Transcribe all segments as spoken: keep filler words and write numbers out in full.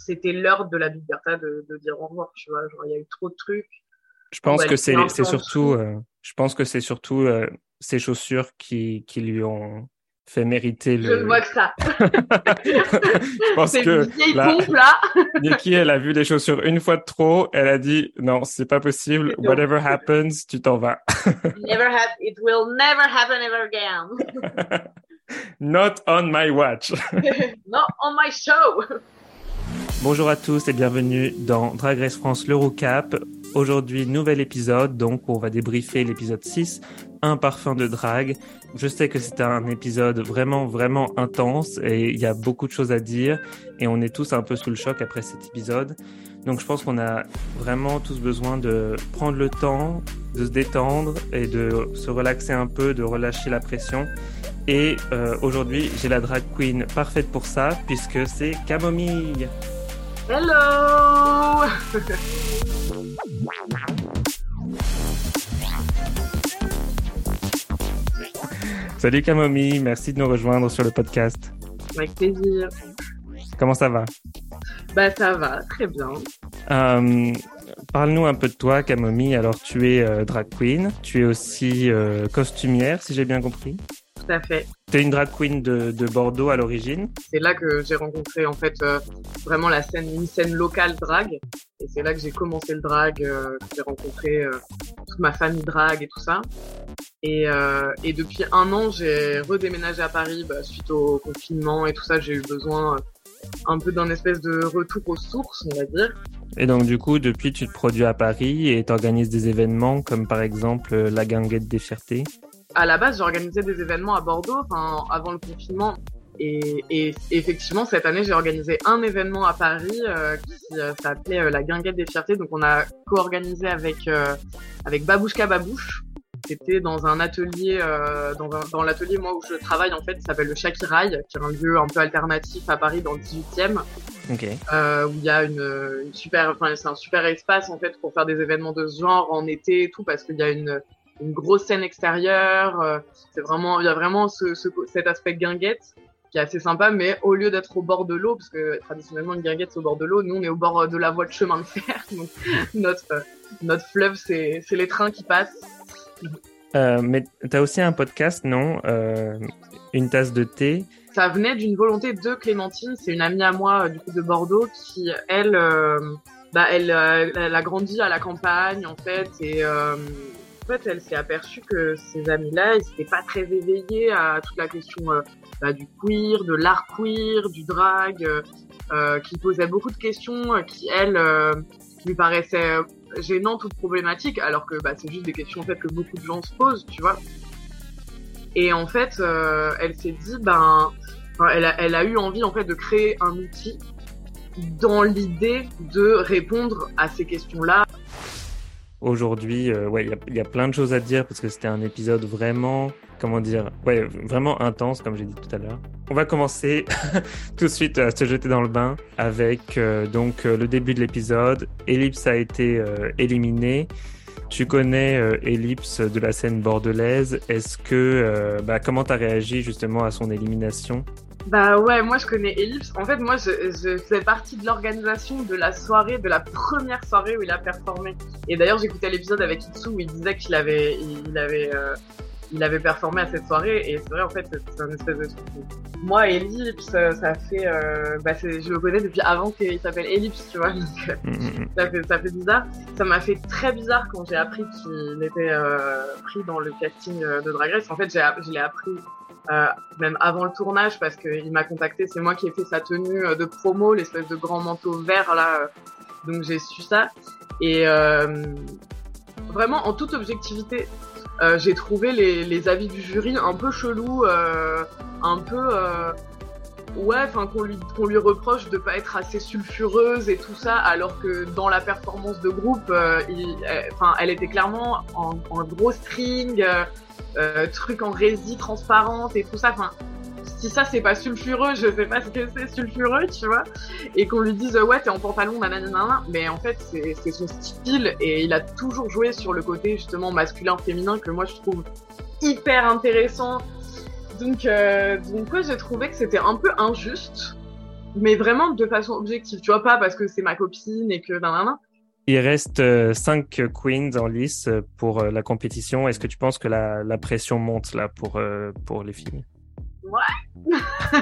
c'était l'heure de la Libertad de, de dire au revoir, tu vois. Genre, il y a eu trop de trucs. Je pense Ouais, que c'est, un peu c'est en surtout, dessous. euh, je pense que c'est surtout euh, ces chaussures qui, qui lui ont fait mériter Je ne vois le. que ça. Je pense Ces que vieilles là, pompes là. Nikki, elle a vu les chaussures une fois de trop. Elle a dit non, c'est pas possible. C'est non. Whatever happens, tu t'en vas. Never have, it will never happen ever again. Not on my watch. Not on my show. Bonjour à tous et bienvenue dans Drag Race France l'Eurocap. Aujourd'hui, nouvel épisode, donc on va débriefer l'épisode six, un parfum de drague. Je sais que c'est un épisode vraiment, vraiment intense et il y a beaucoup de choses à dire et on est tous un peu sous le choc après cet épisode. Donc je pense qu'on a vraiment tous besoin de prendre le temps, de se détendre et de se relaxer un peu, de relâcher la pression. Et euh, aujourd'hui, j'ai la drag queen parfaite pour ça puisque c'est Camomille. Hello. Salut Camomille, merci de nous rejoindre sur le podcast. Avec plaisir. Comment ça va? Bah ça va, très bien. Euh, parle-nous un peu de toi Camomille. Alors tu es euh, drag queen, tu es aussi euh, costumière si j'ai bien compris. Tout à fait. Tu es une drag queen de, de Bordeaux à l'origine. C'est là que j'ai rencontré en fait euh, vraiment la scène, une scène locale drag. Et c'est là que j'ai commencé le drag, euh, que j'ai rencontré euh, toute ma famille drag et tout ça. Et, euh, et depuis un an, j'ai redéménagé à Paris bah, suite au confinement et tout ça. J'ai eu besoin euh, un peu d'un espèce de retour aux sources, on va dire. Et donc du coup, depuis, tu te produis à Paris et tu organises des événements comme par exemple euh, la Guinguette des Fiertés. À la base, j'organisais des événements à Bordeaux, enfin avant le confinement. Et, et effectivement, cette année, j'ai organisé un événement à Paris euh, qui euh, s'appelait euh, la Guinguette des Fiertés. Donc, on a co-organisé avec euh, avec Babouchka Babouche. C'était dans un atelier, euh, dans, un, dans l'atelier moi où je travaille en fait, qui s'appelle le Shakiraï, qui est un lieu un peu alternatif à Paris dans le dix-huitième. Ok. Euh, où il y a une, une super, enfin c'est un super espace en fait pour faire des événements de ce genre en été et tout parce qu'il y a une une grosse scène extérieure. Euh, c'est vraiment, il y a vraiment ce, ce cet aspect guinguette qui est assez sympa, mais au lieu d'être au bord de l'eau, parce que traditionnellement une guinguette c'est au bord de l'eau, nous on est au bord de la voie de chemin de fer, donc notre notre fleuve c'est c'est les trains qui passent. Euh, mais t'as aussi un podcast, non? euh, Une tasse de thé. Ça venait d'une volonté de Clémentine, c'est une amie à moi du coup de Bordeaux qui elle euh, bah elle, euh, elle a grandi à la campagne en fait et euh, en fait elle s'est aperçue que ces amis-là ils étaient pas très éveillés à toute la question euh, bah, du queer, de l'art queer, du drag, euh, euh, qui posaient beaucoup de questions euh, qui elle euh, lui paraissaient gênantes ou problématiques alors que bah c'est juste des questions en fait que beaucoup de gens se posent, tu vois. Et en fait, euh, elle s'est dit, ben, enfin, elle a, elle a eu envie en fait de créer un outil dans l'idée de répondre à ces questions-là. Aujourd'hui, euh, ouais, il y a, y a plein de choses à dire parce que c'était un épisode vraiment, comment dire, ouais, vraiment intense, comme j'ai dit tout à l'heure. On va commencer tout de suite à se jeter dans le bain avec euh, donc euh, le début de l'épisode. Ellipse a été euh, éliminé. Tu connais euh, Ellipse de la scène bordelaise. Est-ce que, euh, bah, comment t'as réagi justement à son élimination? Bah ouais, moi je connais Ellipse. En fait, moi je, je faisais partie de l'organisation de la soirée, de la première soirée où il a performé. Et d'ailleurs, j'écoutais l'épisode avec Itsu où il disait qu'il avait, il avait, euh, il avait performé à cette soirée. Et c'est vrai, en fait, c'est un espèce de truc. Moi, Ellipse, ça fait, euh, bah c'est, je le connais depuis avant qu'il s'appelle Ellipse, tu vois. Donc, mmh. ça fait, ça fait bizarre. Ça m'a fait très bizarre quand j'ai appris qu'il était euh, pris dans le casting de Drag Race. En fait, j'ai, je l'ai appris. Euh, même avant le tournage parce qu'il m'a contacté, c'est moi qui ai fait sa tenue de promo, l'espèce de grand manteau vert là, donc j'ai su ça et euh, vraiment en toute objectivité euh, j'ai trouvé les, les avis du jury un peu chelous, euh, un peu euh, ouais, enfin qu'on lui qu'on lui reproche de pas être assez sulfureuse et tout ça alors que dans la performance de groupe euh, enfin elle, elle était clairement en, en gros string, euh, Euh, truc en résine transparente et tout ça, enfin si ça c'est pas sulfureux, je sais pas ce que c'est sulfureux, tu vois, et qu'on lui dise ouais t'es en pantalon nanana, mais en fait c'est, c'est son style et il a toujours joué sur le côté justement masculin féminin que moi je trouve hyper intéressant, donc euh, donc ouais j'ai trouvé que c'était un peu injuste mais vraiment de façon objective. Tu vois, pas parce que c'est ma copine et que nanana. Il reste euh, cinq queens en lice pour euh, la compétition. Est-ce que tu penses que la, la pression monte là pour, euh, pour les filles? Ouais.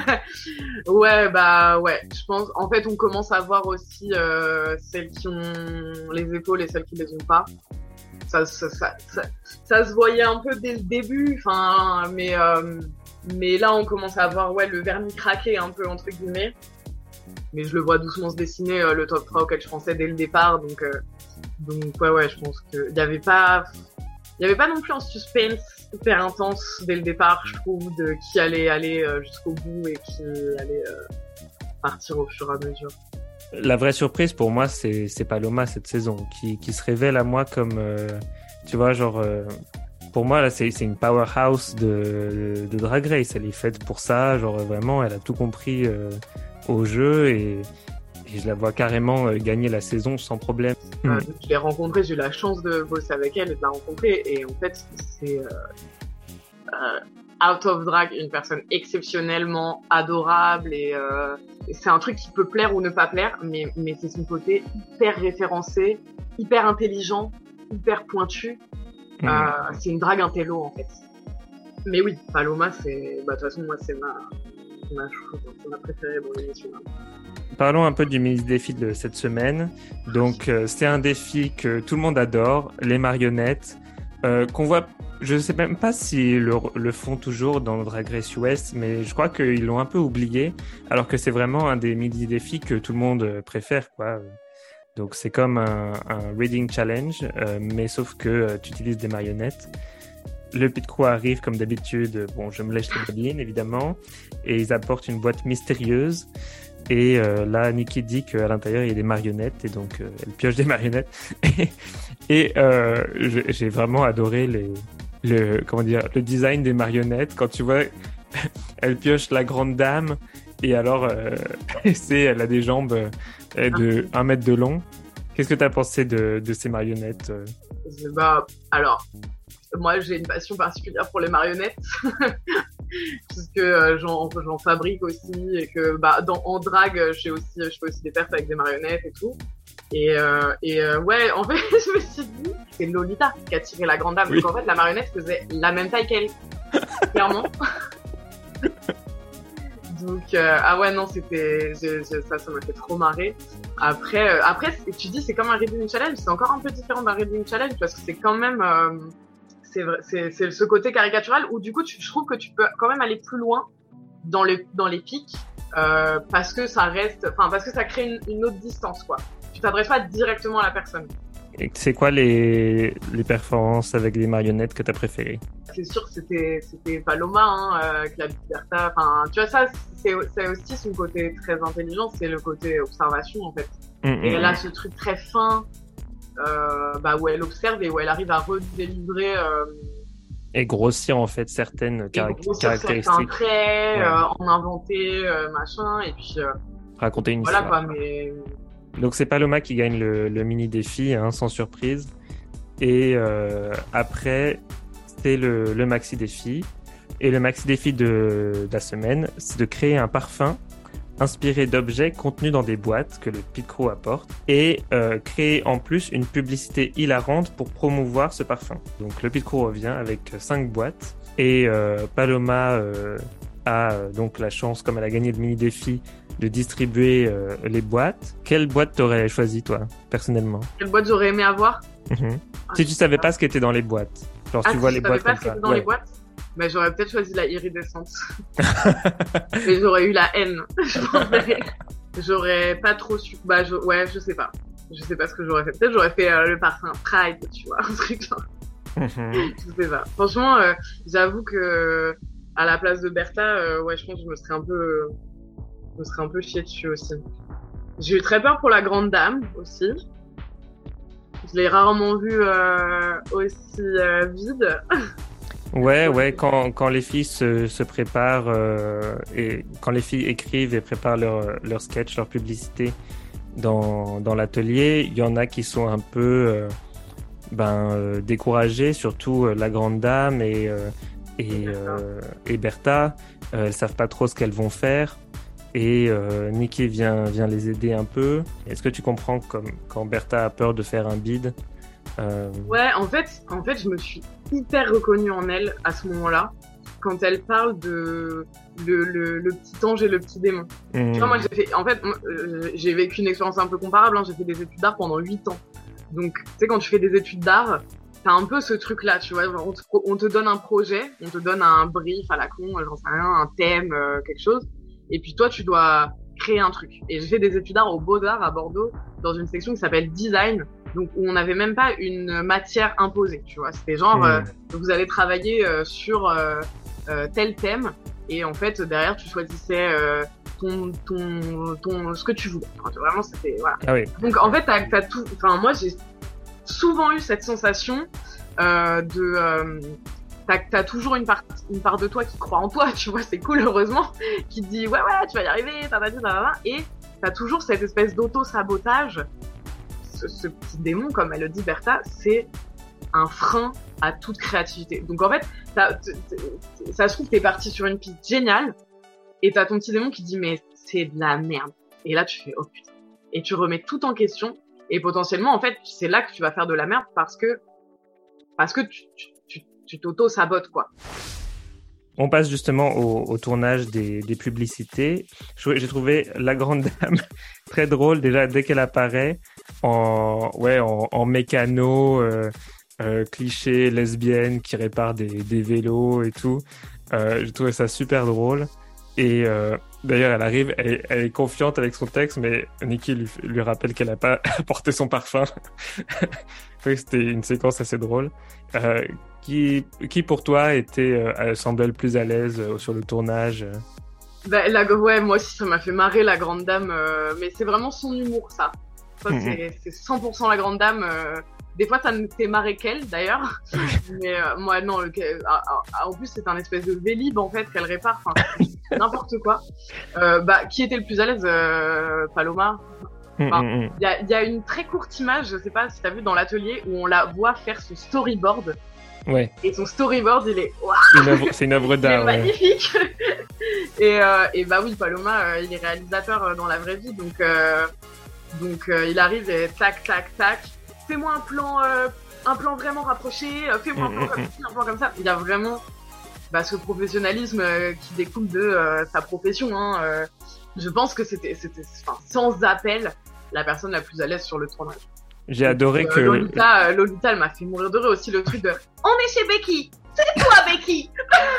Ouais, bah ouais. Je pense. En fait, on commence à voir aussi euh, celles qui ont les épaules et celles qui les ont pas. Ça, ça, ça, ça, ça se voyait un peu dès le début. Enfin, mais euh, mais là, on commence à voir ouais le vernis craqué un peu entre guillemets. Mais je le vois doucement se dessiner euh, le top trois auquel je pensais dès le départ. Donc euh, donc ouais ouais, je pense que il y avait pas il y avait pas non plus un suspense hyper intense dès le départ, je trouve, de qui allait aller euh, jusqu'au bout et qui allait euh, partir au fur et à mesure. La vraie surprise pour moi, c'est, c'est Paloma cette saison, qui, qui se révèle à moi comme, euh, tu vois, genre, euh, pour moi, là, c'est, c'est une powerhouse de, de Drag Race. Elle est faite pour ça, genre, vraiment, elle a tout compris euh, au jeu et, et je la vois carrément euh, gagner la saison sans problème. Euh, Mm. je l'ai rencontrée, j'ai eu la chance de bosser avec elle et de la rencontrer. Et en fait, c'est euh, euh, out of drag, une personne exceptionnellement adorable. Et, euh, et c'est un truc qui peut plaire ou ne pas plaire, mais, mais c'est son côté hyper référencé, hyper intelligent, hyper pointu. Mm. Euh, c'est une drague intello, en fait. Mais oui, Paloma, c'est... Bah, de toute façon, moi, c'est ma... C'est ma chouchoute, hein. C'est ma préférée dans l'émission. Hein. Parlons un peu du mini-défi de cette semaine. Donc, euh, c'est un défi que tout le monde adore, les marionnettes, euh, qu'on voit, je ne sais même pas s'ils le, le font toujours dans Drag Race U S, mais je crois qu'ils l'ont un peu oublié, alors que c'est vraiment un des mini-défis que tout le monde préfère, quoi. Donc, c'est comme un, un reading challenge, euh, mais sauf que euh, tu utilises des marionnettes. Le pit crew arrive comme d'habitude, bon, je me lèche les babines, évidemment, et ils apportent une boîte mystérieuse. Et euh, là, Nikki dit qu'à l'intérieur, il y a des marionnettes, et donc euh, elle pioche des marionnettes. et euh, je, j'ai vraiment adoré les, le, comment dire, le design des marionnettes. Quand tu vois, elle pioche la grande dame, et alors, euh, c'est, elle a des jambes euh, de un mètre de long. Qu'est-ce que tu as pensé de, de ces marionnettes? Bah, alors, moi, j'ai une passion particulière pour les marionnettes. Puisque euh, j'en, j'en fabrique aussi et que bah dans en drague j'ai aussi je fais aussi des perfs avec des marionnettes et tout et euh, et euh, ouais en fait je me suis dit c'est Lolita qui a tiré la grande dame oui. Donc en fait la marionnette faisait la même taille qu'elle clairement. Donc euh, ah ouais non c'était j'ai, j'ai, ça ça m'a fait trop marrer. Après euh, après tu dis c'est comme un reading challenge, c'est encore un peu différent d'un reading challenge parce que c'est quand même euh, C'est, vrai, c'est, c'est ce côté caricatural où du coup tu, je trouve que tu peux quand même aller plus loin dans, le, dans les pics euh, parce que ça reste, enfin parce que ça crée une, une autre distance quoi. Tu t'adresses pas directement à la personne. Et c'est quoi les, les performances avec les marionnettes que t'as préférées? C'est sûr que c'était, c'était Paloma hein, euh, avec la Bertha. Enfin tu vois ça c'est, c'est aussi son côté très intelligent, c'est le côté observation en fait. Mmh, et elle a ce truc très fin. Euh, bah, où elle observe et où elle arrive à redélivrer euh, et grossir en fait certaines car- caractéristiques certains traits, ouais. euh, en inventer euh, machin et puis euh, raconter une voilà, histoire. Quoi, mais... Donc c'est Paloma qui gagne le, le mini défi hein, sans surprise et euh, après c'est le, le maxi défi et le maxi défi de, de la semaine c'est de créer un parfum inspiré d'objets contenus dans des boîtes que le pit crew apporte et euh, créer en plus une publicité hilarante pour promouvoir ce parfum. Donc le pit crew revient avec cinq boîtes et euh, Paloma euh, a euh, donc la chance, comme elle a gagné le mini défi, de distribuer euh, les boîtes. Quelle boîte t'aurais choisi toi personnellement? Quelle boîte j'aurais aimé avoir? mm-hmm. ah, Si tu savais pas ce qui était dans les boîtes, genre ah, tu si vois je les boîtes pas comme ce qui ça. était dans ouais. les boîtes. Bah, j'aurais peut-être choisi la iridescente. Mais j'aurais eu la haine. J'aurais pas trop su. Bah, je... ouais, je sais pas. Je sais pas ce que j'aurais fait. Peut-être j'aurais fait euh, le parfum Pride, tu vois, un truc genre. Mm-hmm. Je sais pas. Franchement, euh, j'avoue que à la place de Bertha, euh, ouais, je pense que je me serais un peu, je me serais un peu chiée dessus aussi. J'ai eu très peur pour la grande dame aussi. Je l'ai rarement vue euh, aussi euh, vide. Ouais, ouais, quand, quand les filles se, se préparent euh, et quand les filles écrivent et préparent leur, leur sketch, leur publicité dans, dans l'atelier, il y en a qui sont un peu euh, ben, euh, découragées, surtout euh, la grande dame et, euh, et, euh, et Bertha. Euh, elles savent pas trop ce qu'elles vont faire. et euh, Nikki vient, vient les aider un peu. Est-ce que tu comprends comme, quand Bertha a peur de faire un bid euh... Ouais, en fait, en fait, je me suis hyper reconnue en elle à ce moment-là, quand elle parle de le, le, le petit ange et le petit démon. Mmh. Tu vois, moi, j'ai fait, en fait, euh, j'ai vécu une expérience un peu comparable, hein, j'ai fait des études d'art pendant huit ans. Donc, tu sais, quand tu fais des études d'art, t'as un peu ce truc-là, tu vois, on te, on te donne un projet, on te donne un brief à la con, j'en sais rien, un thème, euh, quelque chose, et puis toi, tu dois créer un truc. Et j'ai fait des études d'art au Beaux-Arts à Bordeaux, dans une section qui s'appelle Design, donc où on n'avait même pas une matière imposée, tu vois. C'était genre, mmh. euh, vous allez travailler euh, sur euh, euh, tel thème, et en fait, derrière, tu choisissais euh, ton, ton, ton, ce que tu voulais. Enfin, vraiment, c'était, voilà. Ah oui. Donc, en fait, t'as, t'as tout, enfin, moi, j'ai souvent eu cette sensation euh, de... Euh, T'as, t'as toujours une part, une part de toi qui croit en toi, tu vois, c'est cool, heureusement, qui te dit, ouais, ouais, tu vas y arriver, tatati, tatata, et t'as toujours cette espèce d'auto-sabotage. Ce, ce petit démon, comme elle le dit, Bertha, c'est un frein à toute créativité. Donc, en fait, t'as, t'as, t'as, ça se trouve, t'es parti sur une piste géniale, et t'as ton petit démon qui dit, mais c'est de la merde. Et là, tu fais, oh putain. Et tu remets tout en question, et potentiellement, en fait, c'est là que tu vas faire de la merde parce que, parce que tu, tu tu t'auto-sabotes, quoi. On passe justement au, au tournage des, des publicités. J'ai trouvé la grande dame très drôle déjà dès qu'elle apparaît en ouais en, en mécano, euh, euh, cliché lesbienne qui répare des, des vélos et tout. Euh, j'ai trouvé ça super drôle. Et euh, d'ailleurs, elle arrive, elle, elle est confiante avec son texte, mais Nikki lui, lui rappelle qu'elle n'a pas apporté son parfum. C'était une séquence assez drôle. Euh, qui, qui pour toi était euh, semblait le plus à l'aise euh, sur le tournage? Bah, la, ouais, moi aussi ça m'a fait marrer la grande dame, euh, mais c'est vraiment son humour ça. Ça mm-hmm. c'est, c'est cent pour cent la grande dame. Euh, des fois ça ne fait marrer qu'elle d'ailleurs, mais euh, moi non. Le, ah, ah, en plus c'est un espèce de Vélib en fait qu'elle répare, enfin n'importe quoi. Euh, bah qui était le plus à l'aise, euh, Paloma? Il enfin, mm-hmm. y, a, y a une très courte image, je sais pas si t'as vu dans l'atelier, où on la voit faire son storyboard. Ouais. Et son storyboard, il est waouh. C'est une œuvre, c'est une œuvre d'art. Il est magnifique. et, euh, et bah oui, Paloma, euh, il est réalisateur euh, dans la vraie vie, donc euh, donc euh, il arrive et tac tac tac. Fais-moi un plan, euh, un plan vraiment rapproché. Euh, fais-moi un plan mm-hmm. comme ci, un plan comme ça. Il y a vraiment bah, ce professionnalisme euh, qui découle de euh, sa profession. Hein, euh, je pense que c'était, c'était, enfin, sans appel, la personne la plus à l'aise sur le tournage. J'ai adoré euh, que... Lolita, Lolita, elle m'a fait mourir de rire aussi, le truc de « On est chez Becky. C'est toi, Becky. »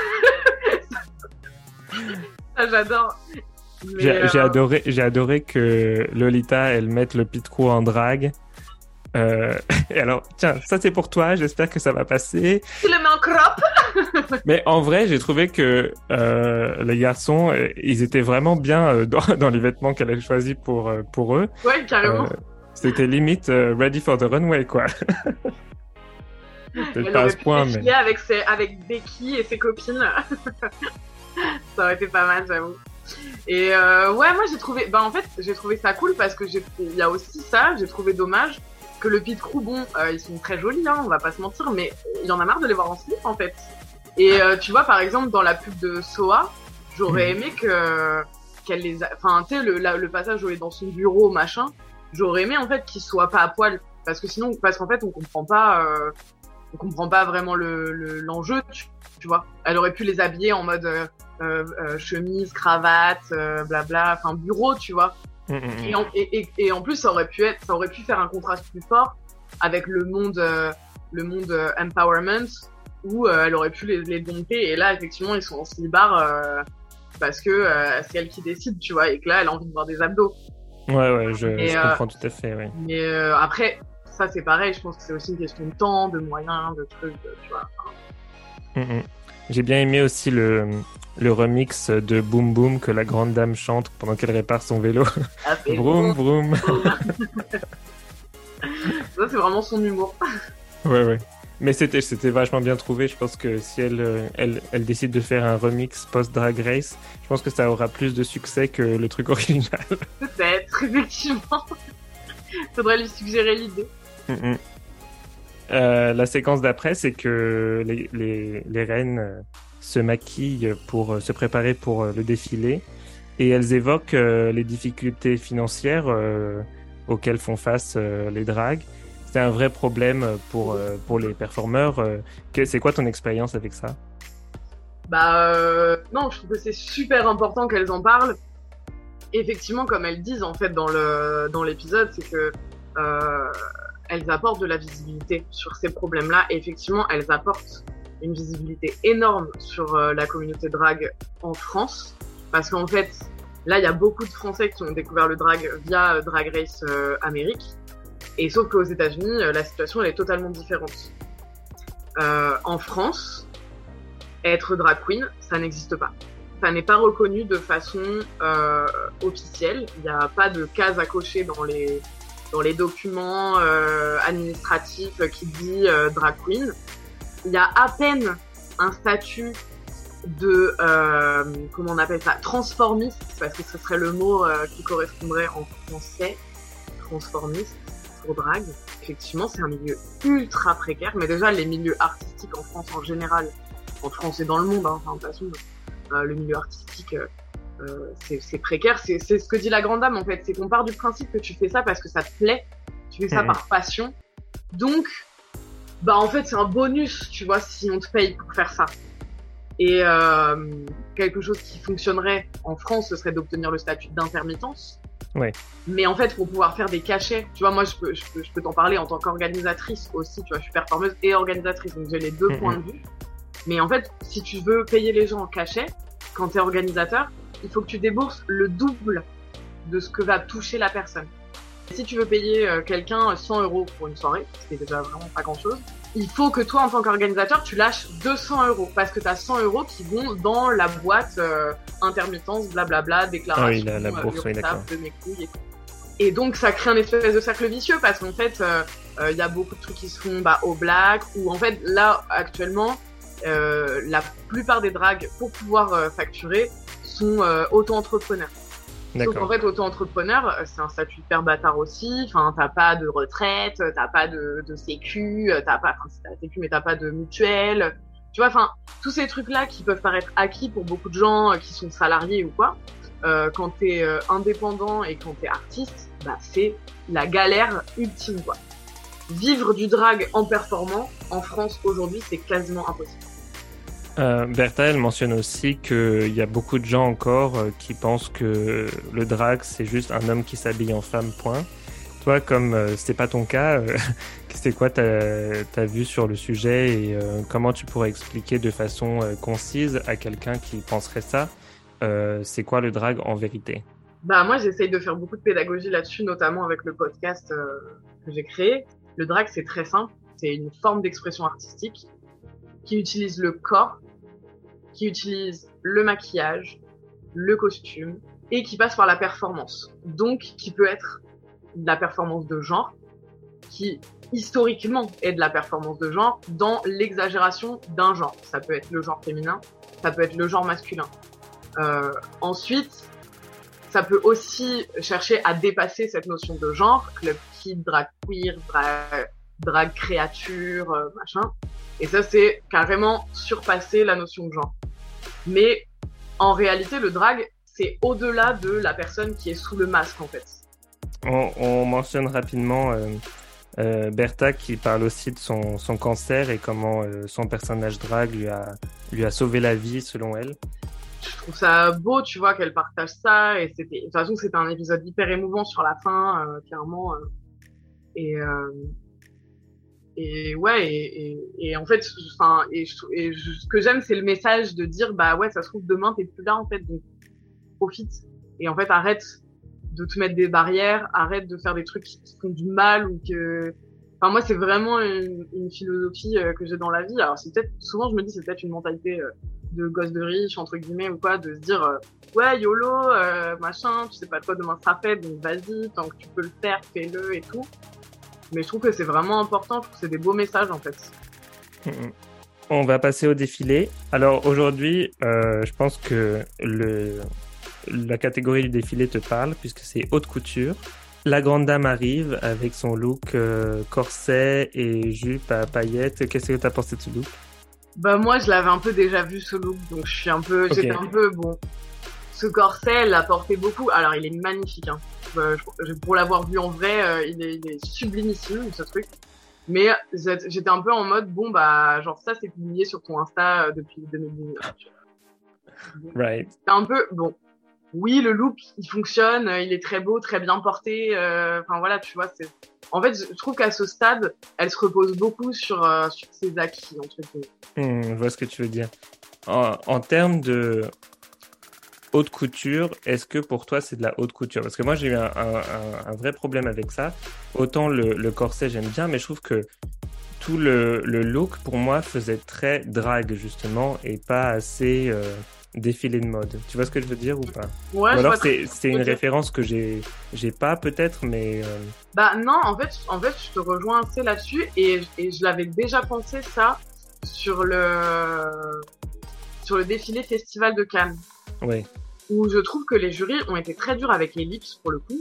Ça, j'adore. Mais j'ai, euh... j'ai adoré, j'ai adoré que Lolita, elle mette le pit crew en drague. Euh, et alors, tiens, ça c'est pour toi, j'espère que ça va passer. Tu le mets en crop. Mais en vrai, j'ai trouvé que euh, les garçons, ils étaient vraiment bien euh, dans, dans les vêtements qu'elle a choisis pour, euh, pour eux. Ouais, carrément. Euh, C'était limite uh, ready for the runway, quoi. Peut-être pas à ce point, mais... avec, ses, avec Becky et ses copines. Ça aurait été pas mal, j'avoue. Et euh, ouais, moi j'ai trouvé... Bah en fait, j'ai trouvé ça cool parce que j'ai... il y a aussi ça, j'ai trouvé dommage que le pit crew, bon, euh, ils sont très jolis, hein, on va pas se mentir, mais il y en a marre de les voir en slip, en fait. Et euh, tu vois, par exemple, dans la pub de S O A, j'aurais aimé que... qu'elle les a... Enfin, tu sais, le, la, le passage où elle est dans son bureau, machin... J'aurais aimé en fait qu'ils soient pas à poil, parce que sinon, parce qu'en fait, on comprend pas, euh, on comprend pas vraiment le, le l'enjeu, tu, tu vois. Elle aurait pu les habiller en mode euh, euh, chemise, cravate, euh, blabla, enfin bureau, tu vois. Mmh, mmh. Et, en, et, et, et en plus, ça aurait pu être, ça aurait pu faire un contraste plus fort avec le monde, euh, le monde euh, empowerment, où euh, elle aurait pu les, les dompter. Et là, effectivement, ils sont en slibard euh, parce que euh, c'est elle qui décide, tu vois, et que là, elle a envie de voir des abdos. Ouais, ouais, je, je euh, comprends tout à fait, oui. Mais euh, après, ça c'est pareil, je pense que c'est aussi une question de temps, de moyens, de trucs, de, tu vois. Mm-hmm. J'ai bien aimé aussi le, le remix de Boom Boom que la grande dame chante pendant qu'elle répare son vélo. Ah, vroom, vroom. Ça c'est vraiment son humour. Ouais, ouais. Mais c'était, c'était vachement bien trouvé. Je pense que si elle, elle, elle décide de faire un remix post-Drag Race, je pense que ça aura plus de succès que le truc original. Peut-être, effectivement. Faudrait lui suggérer l'idée. Mm-hmm. Euh, la séquence d'après, c'est que les, les, les reines se maquillent pour se préparer pour le défilé. Et elles évoquent euh, les difficultés financières euh, auxquelles font face euh, les dragues. C'est un vrai problème pour, euh, pour les performeurs. Euh, que, c'est quoi ton expérience avec ça? Bah euh, non, je trouve que c'est super important qu'elles en parlent. Effectivement, comme elles disent en fait dans le dans l'épisode, c'est que euh, elles apportent de la visibilité sur ces problèmes-là. Et effectivement, elles apportent une visibilité énorme sur euh, la communauté drag en France. Parce qu'en fait, là, il y a beaucoup de Français qui ont découvert le drag via euh, Drag Race euh, Amérique. Et sauf qu'aux États-Unis, euh, la situation, elle est totalement différente. Euh, en France, être drag queen, ça n'existe pas. Ça n'est pas reconnu de façon euh, officielle. Il n'y a pas de case à cocher dans les dans les documents euh, administratifs qui dit euh, drag queen. Il y a à peine un statut de euh, comment on appelle ça, transformiste, parce que ce serait le mot euh, qui correspondrait en français, transformiste pour drag. Effectivement, c'est un milieu ultra précaire, mais déjà les milieux artistiques en France en général, en France et dans le monde, hein, enfin de toute façon, euh, le milieu artistique euh, euh, c'est, c'est précaire. C'est, c'est ce que dit la grande dame en fait, c'est qu'on part du principe que tu fais ça parce que ça te plaît, tu fais ça mmh. par passion, donc bah en fait c'est un bonus, tu vois, si on te paye pour faire ça. Et euh, quelque chose qui fonctionnerait en France, ce serait d'obtenir le statut d'intermittence. Ouais. Mais en fait, pour pouvoir faire des cachets, tu vois, moi, je peux, je peux, je peux t'en parler en tant qu'organisatrice aussi, tu vois, je suis performeuse et organisatrice, donc j'ai les deux mmh. points de vue. Mais en fait, si tu veux payer les gens en cachet, quand t'es organisateur, il faut que tu débourses le double de ce que va toucher la personne. Si tu veux payer euh, quelqu'un cent euros pour une soirée, ce qui est déjà vraiment pas grand-chose, il faut que toi, en tant qu'organisateur, tu lâches deux cents euros, parce que t'as cent euros qui vont dans la boîte euh, intermittence, blablabla, déclaration, ah oui, la, la bourse, euh, oui, d'accord. de mes couilles et tout. Et donc, ça crée un espèce de cercle vicieux, parce qu'en fait, il euh, euh, y a beaucoup de trucs qui se font bah, au black, ou en fait, là, actuellement, euh, la plupart des dragues, pour pouvoir euh, facturer, sont euh, auto-entrepreneurs. D'accord. Sauf qu'en fait, auto-entrepreneur, c'est un statut hyper bâtard aussi. Enfin, t'as pas de retraite, t'as pas de, de sécu, t'as pas, enfin, t'as la sécu, mais t'as pas de mutuelle. Tu vois, enfin, tous ces trucs-là qui peuvent paraître acquis pour beaucoup de gens qui sont salariés ou quoi, euh, quand t'es euh, indépendant et quand t'es artiste, bah, c'est la galère ultime, quoi. Vivre du drag en performant, en France, aujourd'hui, c'est quasiment impossible. Euh, Bertha, elle mentionne aussi qu'il y a beaucoup de gens encore euh, qui pensent que le drag, c'est juste un homme qui s'habille en femme, point. Toi, comme euh, c'est pas ton cas, euh, c'est quoi ta, ta vue sur le sujet et euh, comment tu pourrais expliquer de façon euh, concise à quelqu'un qui penserait ça, euh, c'est quoi le drag en vérité? Bah moi, j'essaye de faire beaucoup de pédagogie là-dessus, notamment avec le podcast euh, que j'ai créé. Le drag, c'est très simple. C'est une forme d'expression artistique qui utilise le corps, qui utilise le maquillage, le costume, et qui passe par la performance. Donc, qui peut être de la performance de genre, qui historiquement est de la performance de genre dans l'exagération d'un genre. Ça peut être le genre féminin, ça peut être le genre masculin. Euh, ensuite, ça peut aussi chercher à dépasser cette notion de genre, club kid, drag queer, drag, drag créature, euh, machin. Et ça, c'est carrément surpasser la notion de genre. Mais en réalité, le drag, c'est au-delà de la personne qui est sous le masque, en fait. On, on mentionne rapidement euh, euh, Bertha qui parle aussi de son, son cancer et comment euh, son personnage drag lui a, lui a sauvé la vie, selon elle. Je trouve ça beau, tu vois, qu'elle partage ça. Et c'était, de toute façon, c'était un épisode hyper émouvant sur la fin, euh, clairement. Euh, et... Euh, Et ouais, et, et, et en fait, enfin, et, et ce que j'aime, c'est le message de dire, bah ouais, ça se trouve demain t'es plus là en fait, donc profite. Et en fait, arrête de te mettre des barrières, arrête de faire des trucs qui te font du mal ou que. Enfin moi, c'est vraiment une, une philosophie euh, que j'ai dans la vie. Alors c'est peut-être, souvent je me dis, c'est peut-être une mentalité euh, de gosse de riche entre guillemets ou quoi, de se dire, euh, ouais YOLO, euh, machin, tu sais pas de quoi demain sera fait, donc vas-y, tant que tu peux le faire, fais-le et tout. Mais je trouve que c'est vraiment important, je trouve que c'est des beaux messages en fait. On va passer au défilé. Alors aujourd'hui, euh, je pense que le, la catégorie du défilé te parle puisque c'est haute couture. La grande dame arrive avec son look euh, corset et jupe à paillettes. Qu'est-ce que tu as pensé de ce look? Bah moi je l'avais un peu déjà vu ce look, donc je suis un peu, okay. J'étais un peu bon. ce corset, elle l'a porté beaucoup. Alors, il est magnifique, hein. Euh, je, pour l'avoir vu en vrai, euh, il, est, il est sublimissime, ce truc. Mais j'étais un peu en mode, bon, bah, genre, ça, c'est publié sur ton Insta euh, depuis deux mille dix-neuf. Right. C'est un peu, bon, oui, le look, il fonctionne, il est très beau, très bien porté. Enfin, euh, voilà, tu vois, c'est... En fait, je trouve qu'à ce stade, elle se repose beaucoup sur, euh, sur ses acquis, entre guillemets. Mmh, je vois ce que tu veux dire. En, en termes de haute couture, est-ce que pour toi, c'est de la haute couture? Parce que moi, j'ai eu un, un, un, un vrai problème avec ça. Autant le, le corset, j'aime bien, mais je trouve que tout le, le look, pour moi, faisait très drague, justement, et pas assez euh, défilé de mode. Tu vois ce que je veux dire ou pas? Ouais, ou alors, je c'est, c'est une référence que j'ai, j'ai pas, peut-être, mais... Euh... Bah non, en fait, en fait, je te rejoins assez là-dessus, et, et je l'avais déjà pensé, ça, sur le, sur le défilé Festival de Cannes. Oui. Où je trouve que les jurys ont été très durs avec Ellipse, pour le coup.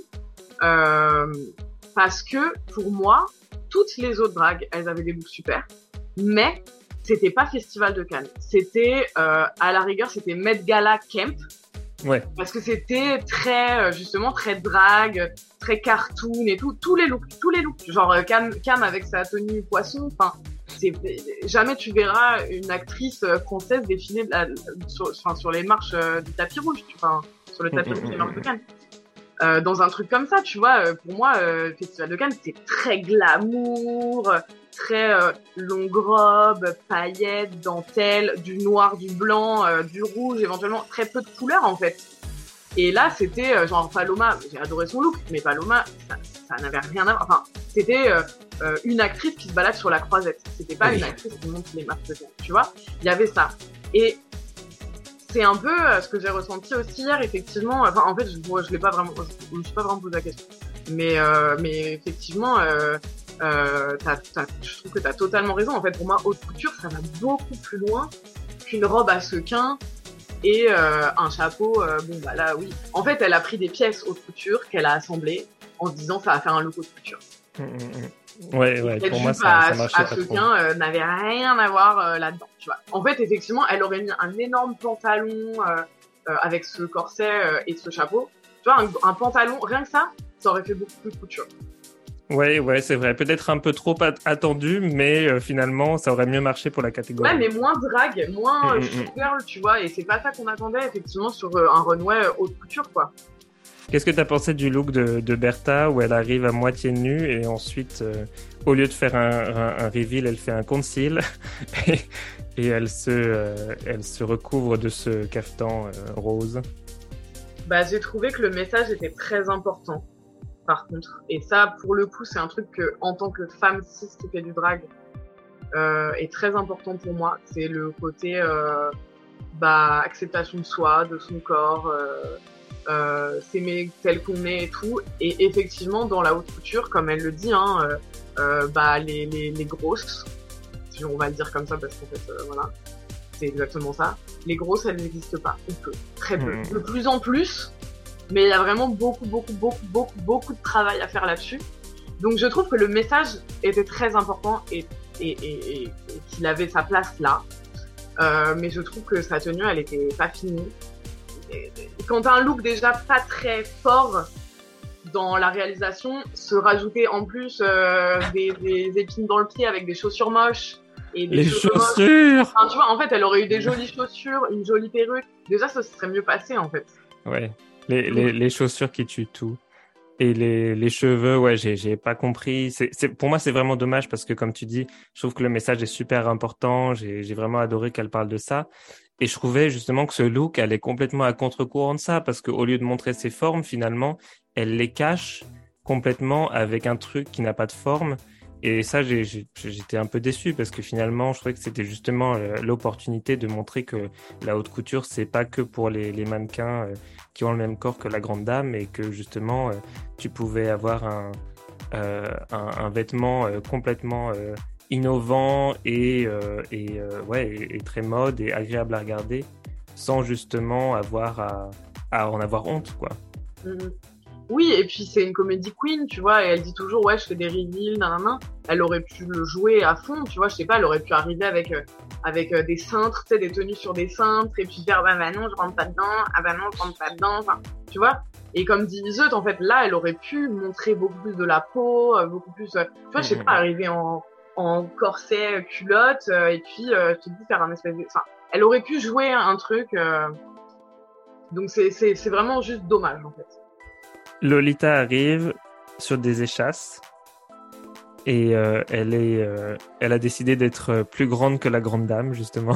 Euh, parce que, pour moi, toutes les autres dragues, elles avaient des looks super. Mais, c'était pas Festival de Cannes. C'était, euh, à la rigueur, c'était Met Gala Camp. Ouais. Parce que c'était très, justement, très drague, très cartoon et tout. Tous les looks, tous les looks. Genre, Cam, Cam avec sa tenue poisson. Enfin, c'est, jamais tu verras une actrice française défiler de la, sur, enfin, sur les marches du tapis rouge. Enfin, sur le tapis rouge des marches de Cannes. Euh, dans un truc comme ça, tu vois, pour moi, euh, Festival de Cannes, c'est très glamour, très euh, longue robe, paillettes, dentelle, du noir, du blanc, euh, du rouge, éventuellement très peu de couleurs en fait. Et là, c'était euh, genre Paloma, j'ai adoré son look, mais Paloma, ça, ça n'avait rien à voir. Enfin, c'était euh, euh, une actrice qui se balade sur la croisette. C'était pas oui. Une actrice qui monte les marches de Cannes, tu vois. Il y avait ça. Et c'est un peu euh, ce que j'ai ressenti aussi hier, effectivement. Enfin, en fait, je, moi, je l'ai pas vraiment, je me suis pas vraiment posé la question. Mais, euh, mais effectivement, euh, euh, t'as, t'as, je trouve que t'as totalement raison. En fait, pour moi, haute couture, ça va beaucoup plus loin qu'une robe à sequins et euh, un chapeau. Euh, bon, bah là, oui. En fait, elle a pris des pièces haute couture qu'elle a assemblées en se disant ça va faire un look haute couture. Mmh, mmh. Ouais, ouais, pour moi, ça, à, ça marchait à pas sequins euh, n'avait rien à voir euh, là-dedans, tu vois. En fait, effectivement, elle aurait mis un énorme pantalon euh, euh, avec ce corset euh, et ce chapeau. Tu vois, un, un pantalon, rien que ça, ça aurait fait beaucoup plus de couture. Ouais, ouais, c'est vrai. Peut-être un peu trop attendu, mais euh, finalement, ça aurait mieux marché pour la catégorie. Ouais, mais moins drague, moins mmh, mmh, girl, tu vois. Et c'est pas ça qu'on attendait, effectivement, sur euh, un runway euh, haute couture, quoi. Qu'est-ce que tu as pensé du look de, de Bertha où elle arrive à moitié nue et ensuite, euh, au lieu de faire un, un, un reveal, elle fait un conceal et, et elle, se, euh, elle se recouvre de ce cafetan euh, rose? Bah, j'ai trouvé que le message était très important, par contre. Et ça, pour le coup, c'est un truc que, en tant que femme cis qui fait du drag, euh, est très important pour moi. C'est le côté euh, bah, acceptation de soi, de son corps. Euh, Euh, s'aimer tel qu'on est et tout, et effectivement dans la haute couture, comme elle le dit, hein, euh, euh, bah les, les, les grosses, si on va le dire comme ça parce qu'en fait euh, voilà, c'est exactement ça, les grosses elles n'existent pas, ou peu, très peu, mmh. De plus en plus, mais il y a vraiment beaucoup beaucoup beaucoup beaucoup beaucoup de travail à faire là-dessus, donc je trouve que le message était très important et, et, et, et, et qu'il avait sa place là, euh, mais je trouve que sa tenue elle était pas finie. Quand t'as un look déjà pas très fort dans la réalisation, se rajouter en plus euh, des, des épines dans le pied avec des chaussures moches et des les chaussures. Enfin, tu vois, en fait, elle aurait eu des jolies chaussures, une jolie perruque. Déjà, ça se serait mieux passé, en fait. Ouais, les, les, les chaussures qui tuent tout. Et les, les cheveux, ouais, j'ai, j'ai pas compris. C'est, c'est, pour moi, c'est vraiment dommage parce que, comme tu dis, je trouve que le message est super important. J'ai, j'ai vraiment adoré qu'elle parle de ça. Et je trouvais justement que ce look allait complètement à contre-courant de ça parce qu'au lieu de montrer ses formes, finalement, elle les cache complètement avec un truc qui n'a pas de forme. Et ça, j'ai, j'ai, j'étais un peu déçu parce que finalement, je trouvais que c'était justement l'opportunité de montrer que la haute couture, c'est pas que pour les, les mannequins euh, qui ont le même corps que la grande dame et que justement, euh, tu pouvais avoir un, euh, un, un vêtement euh, complètement euh, innovant et, euh, et, euh, ouais, et, et très mode et agréable à regarder sans justement avoir à, à en avoir honte, quoi. Mmh. Oui, et puis c'est une comédie queen, tu vois, et elle dit toujours, ouais, je fais des reveals, nanana. Elle aurait pu le jouer à fond, tu vois, je sais pas, elle aurait pu arriver avec, euh, avec euh, des cintres, tu sais, des tenues sur des cintres, et puis faire, bah, bah non, je rentre pas dedans, ah bah non, je rentre pas dedans, enfin, tu vois. Et comme dit Iseut, en fait, là, elle aurait pu montrer beaucoup plus de la peau, euh, beaucoup plus, euh, tu vois, je sais pas, arriver en, en corset, culotte, euh, et puis, euh, je te dis, faire un espèce de, enfin, elle aurait pu jouer un truc, euh, donc c'est, c'est, c'est vraiment juste dommage, en fait. Lolita arrive sur des échasses et euh, elle est, euh, elle a décidé d'être plus grande que la grande dame justement.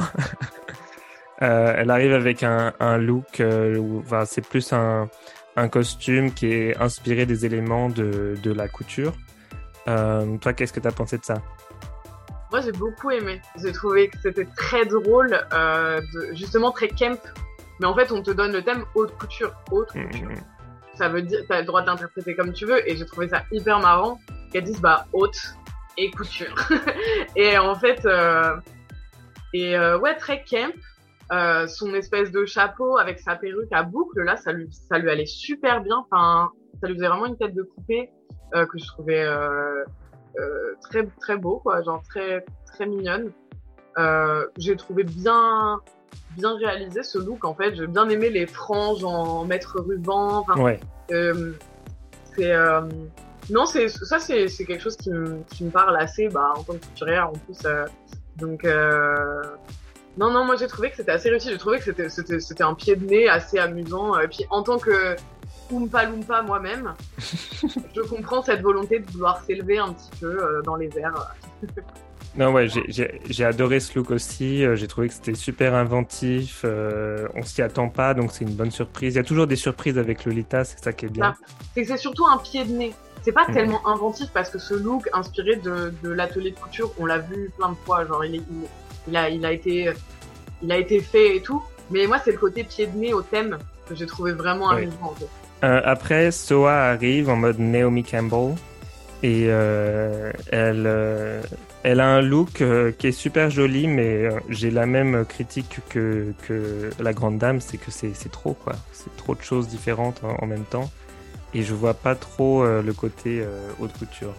euh, elle arrive avec un, un look, euh, où, enfin, c'est plus un, un costume qui est inspiré des éléments de, de la couture. Euh, toi, qu'est-ce que t'as pensé de ça? Moi, j'ai beaucoup aimé. J'ai trouvé que c'était très drôle, euh, de, justement très camp. Mais en fait, on te donne le thème haute couture, haute couture. Mmh. Ça veut dire, t'as le droit d'interpréter comme tu veux, et j'ai trouvé ça hyper marrant qu'elles disent bah haute et couture. Et en fait, euh, et euh, ouais, très camp. Euh, son espèce de chapeau avec sa perruque à boucle, là, ça lui, ça lui allait super bien. Enfin, ça lui faisait vraiment une tête de poupée euh, que je trouvais euh, euh, très très beau, quoi, genre très très mignonne. Euh, j'ai trouvé bien bien réalisé ce look, en fait. J'ai bien aimé les franges en maître ruban. Enfin, ouais. Euh, c'est euh... non, c'est ça, c'est c'est quelque chose qui me qui me parle assez, bah en tant que couturière en plus. Euh... Donc euh... non non, moi j'ai trouvé que c'était assez réussi. J'ai trouvé que c'était c'était c'était un pied de nez assez amusant. Et puis en tant que Oompa Loompa moi-même, je comprends cette volonté de vouloir s'élever un petit peu euh, dans les airs. Non, ouais, j'ai, j'ai, j'ai adoré ce look aussi. Euh, j'ai trouvé que c'était super inventif. Euh, on s'y attend pas, donc c'est une bonne surprise. Il y a toujours des surprises avec Lolita, c'est ça qui est bien. Ça, c'est que c'est surtout un pied de nez. C'est pas mmh. tellement inventif parce que ce look inspiré de, de l'atelier de couture, on l'a vu plein de fois. Genre, il, est, il, il a, il a été, il a été fait et tout. Mais moi, c'est le côté pied de nez au thème que j'ai trouvé vraiment ouais. amusant. En fait. euh, après, Soa arrive en mode Naomi Campbell et euh, elle. Euh... Elle a un look euh, qui est super joli, mais euh, j'ai la même critique que, que la grande dame, c'est que c'est, c'est trop, quoi. C'est trop de choses différentes en, en même temps. Et je vois pas trop euh, le côté euh, haute couture.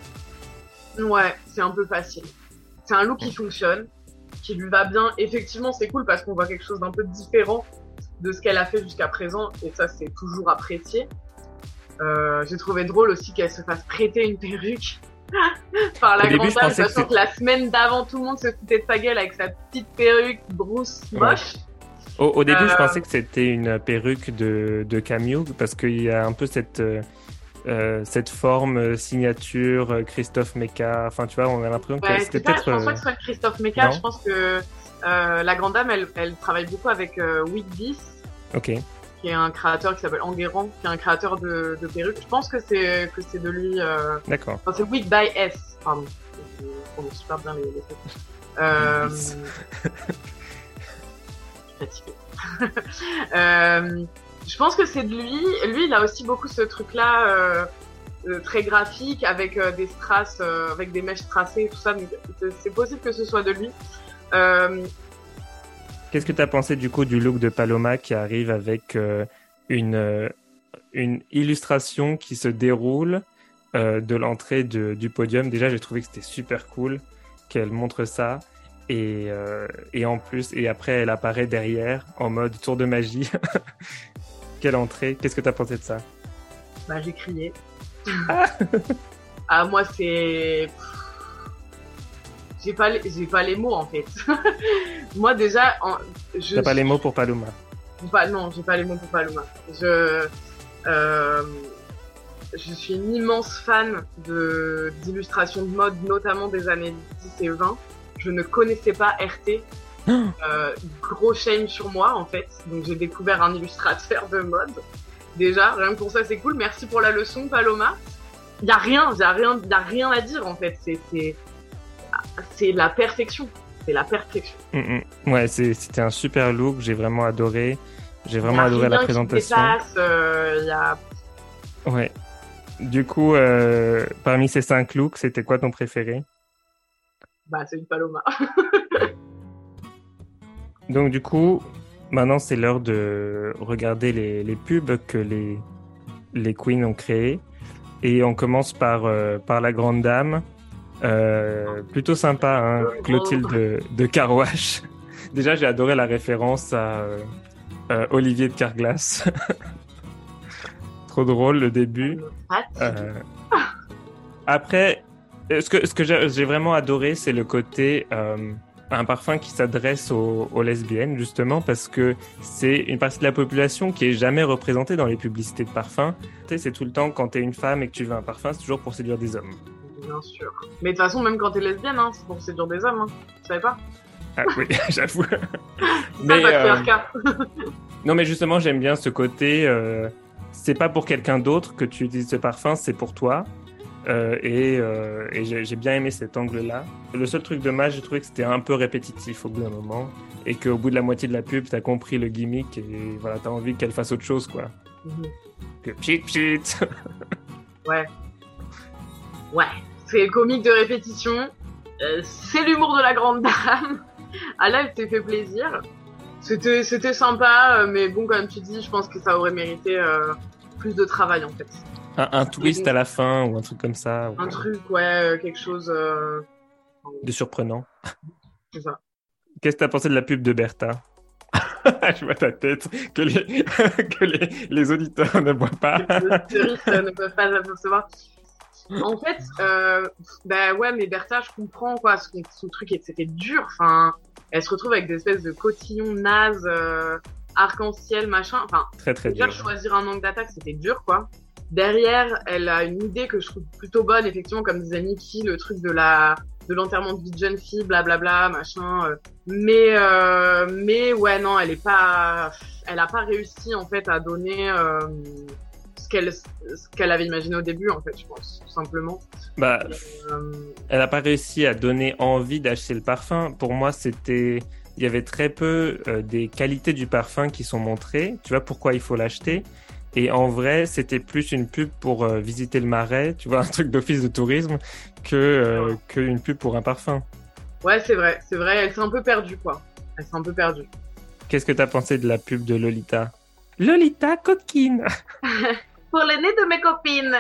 Ouais, c'est un peu facile. C'est un look qui fonctionne, qui lui va bien. Effectivement, c'est cool parce qu'on voit quelque chose d'un peu différent de ce qu'elle a fait jusqu'à présent. Et ça, c'est toujours apprécié. Euh, j'ai trouvé drôle aussi qu'elle se fasse prêter une perruque. Par la grande dame, sachant que, que la semaine d'avant, tout le monde se foutait de sa gueule avec sa petite perruque brousse moche. Ouais. Au, au début, euh... je pensais que c'était une perruque de, de Camille, parce qu'il y a un peu cette, euh, cette forme signature Christophe Mecca. Enfin, tu vois, on a l'impression ouais, que c'était pas, peut-être. Je pense pas que ce soit Christophe Mecca. Je pense que euh, la grande dame, elle, elle travaille beaucoup avec euh, Wig dix. Ok. Qui est un créateur qui s'appelle Enguerrand, qui est un créateur de, de perruques. Je pense que c'est que c'est de lui. Euh... D'accord. Enfin, c'est Wig by S, pardon. On est super bien les. les euh... je suis fatiguée. euh... Je pense que c'est de lui. Lui, il a aussi beaucoup ce truc-là euh, euh, très graphique avec euh, des strass, euh, avec des mèches tracées et tout ça. Donc, c'est, c'est possible que ce soit de lui. Euh... Qu'est-ce que tu as pensé du coup du look de Paloma qui arrive avec euh, une, euh, une illustration qui se déroule euh, de l'entrée de, du podium? Déjà, j'ai trouvé que c'était super cool qu'elle montre ça. Et, euh, et en plus, et après, elle apparaît derrière en mode tour de magie. Quelle entrée! Qu'est-ce que tu as pensé de ça? Bah, j'ai crié. Ah, ah moi, c'est... J'ai pas, les, j'ai pas les mots, en fait. Moi, déjà... En, je T'as pas suis... les mots pour Paloma? Pas, non, j'ai pas les mots pour Paloma. Je... Euh, je suis une immense fan de, d'illustrations de mode, notamment des années dix et vingt. Je ne connaissais pas R T. euh, gros shame sur moi, en fait. Donc, j'ai découvert un illustrateur de mode. Déjà, rien que pour ça, c'est cool. Merci pour la leçon, Paloma. Y a rien, y a rien, y a rien à dire, en fait. C'est... c'est... c'est la perfection, c'est la perfection. Mmh, mmh. Ouais, c'est, c'était un super look, j'ai vraiment adoré, j'ai vraiment adoré la présentation. Dépasse, euh, y a... Ouais. Du coup, euh, parmi ces cinq looks, c'était quoi ton préféré? Bah, c'est une Paloma. Donc du coup, maintenant c'est l'heure de regarder les, les pubs que les les queens ont créé. Et on commence par, euh, par la grande dame. Euh, plutôt sympa, hein, Clotilde de, de Carouache. Déjà, j'ai adoré la référence à euh, euh, Olivier de Carglass. Trop drôle, le début. Euh, après, ce que, ce que j'ai, j'ai vraiment adoré, c'est le côté... Euh, un parfum qui s'adresse aux, aux lesbiennes, justement, parce que c'est une partie de la population qui est jamais représentée dans les publicités de parfums. Tu sais, c'est tout le temps, quand t'es une femme et que tu veux un parfum, c'est toujours pour séduire des hommes. Bien sûr. Mais de toute façon, même quand t'es lesbienne, hein, c'est pour séduire des hommes, hein. Tu savais pas? Ah oui, j'avoue. mais euh... Non, mais justement, j'aime bien ce côté, euh, c'est pas pour quelqu'un d'autre que tu utilises ce parfum, c'est pour toi. Euh, et, euh, et j'ai, j'ai bien aimé cet angle-là. Le seul truc dommage, j'ai trouvé que c'était un peu répétitif au bout d'un moment et qu'au bout de la moitié de la pub, t'as compris le gimmick et voilà, t'as envie qu'elle fasse autre chose, quoi. Mm-hmm. Que pchit pchit. Ouais. Ouais. C'est le comique de répétition. Euh, c'est l'humour de la grande dame. Ah là, elle t'est fait plaisir. C'était, c'était sympa, mais bon, comme tu dis, je pense que ça aurait mérité euh, plus de travail, en fait. Un, un twist à la fin ou un truc comme ça. Un ou... truc, ouais, quelque chose... Euh... de surprenant. C'est ça. Qu'est-ce que t'as pensé de la pub de Bertha? Je vois ta tête, que les, que les, les auditeurs ne voient pas. Les auditeurs ne peuvent pas apercevoir. En fait, euh, bah ouais, mais Bertha, je comprends, quoi, son, son truc, c'était dur. Enfin, elle se retrouve avec des espèces de cotillons nazes, euh, arc-en-ciel, machin. Enfin, très, très déjà, dur. Choisir un angle d'attaque, c'était dur, quoi. Derrière, elle a une idée que je trouve plutôt bonne, effectivement, comme disait Niki, le truc de la de l'enterrement de vie de jeune fille, blablabla, machin. Euh, mais euh, mais ouais, non, elle est pas, elle a pas réussi en fait à donner euh, ce qu'elle ce qu'elle avait imaginé au début, en fait, je pense, tout simplement. Bah, et, euh... elle a pas réussi à donner envie d'acheter le parfum. Pour moi, c'était, il y avait très peu euh, des qualités du parfum qui sont montrées. Tu vois pourquoi il faut l'acheter. Et en vrai, c'était plus une pub pour euh, visiter le Marais, tu vois, un truc d'office de tourisme, que euh, qu'une pub pour un parfum. Ouais, c'est vrai, c'est vrai, elle s'est un peu perdue, quoi. Elle s'est un peu perdue. Qu'est-ce que t'as pensé de la pub de Lolita? Lolita coquine. Pour le nez de mes copines.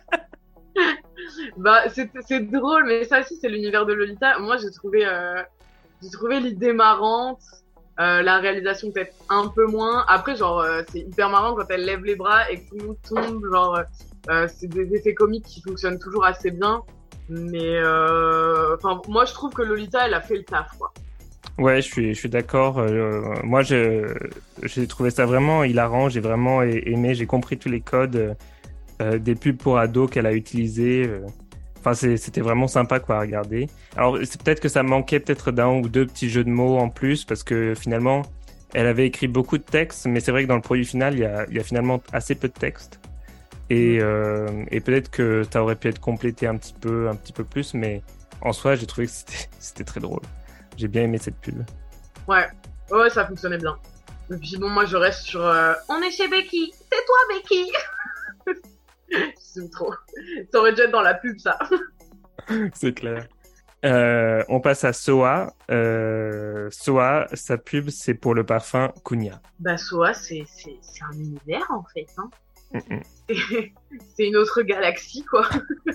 Bah, c'est, c'est drôle, mais ça aussi, c'est l'univers de Lolita. Moi, j'ai trouvé, euh, j'ai trouvé l'idée marrante. Euh, la réalisation peut-être un peu moins. Après, genre, euh, c'est hyper marrant quand elle lève les bras et que tout le monde tombe. Genre, euh, c'est des effets comiques qui fonctionnent toujours assez bien. Mais, enfin, euh, moi, je trouve que Lolita, elle a fait le taf, quoi. Ouais, je suis, je suis d'accord. Euh, moi, je, j'ai trouvé ça vraiment hilarant. J'ai vraiment aimé. J'ai compris tous les codes euh, des pubs pour ados qu'elle a utilisés. Euh. Enfin, c'est, c'était vraiment sympa, quoi, à regarder. Alors, c'est peut-être que ça manquait peut-être d'un ou deux petits jeux de mots en plus, parce que finalement, elle avait écrit beaucoup de textes, mais c'est vrai que dans le produit final, il y a, il y a finalement assez peu de texte. Et, euh, et peut-être que ça aurait pu être complété un petit peu, un petit peu plus, mais en soi, j'ai trouvé que c'était, c'était très drôle. J'ai bien aimé cette pub. Ouais, ouais, ça fonctionnait bien. Et puis bon, moi, je reste sur euh, on est chez Becky, c'est toi, Becky. C'est trop. Ça aurait dû être dans la pub, ça. C'est clair. Euh, on passe à Soa. Euh, Soa, sa pub, c'est pour le parfum Cugna. Bah, Soa, c'est, c'est, c'est un univers, en fait. Hein. C'est, c'est une autre galaxie, quoi.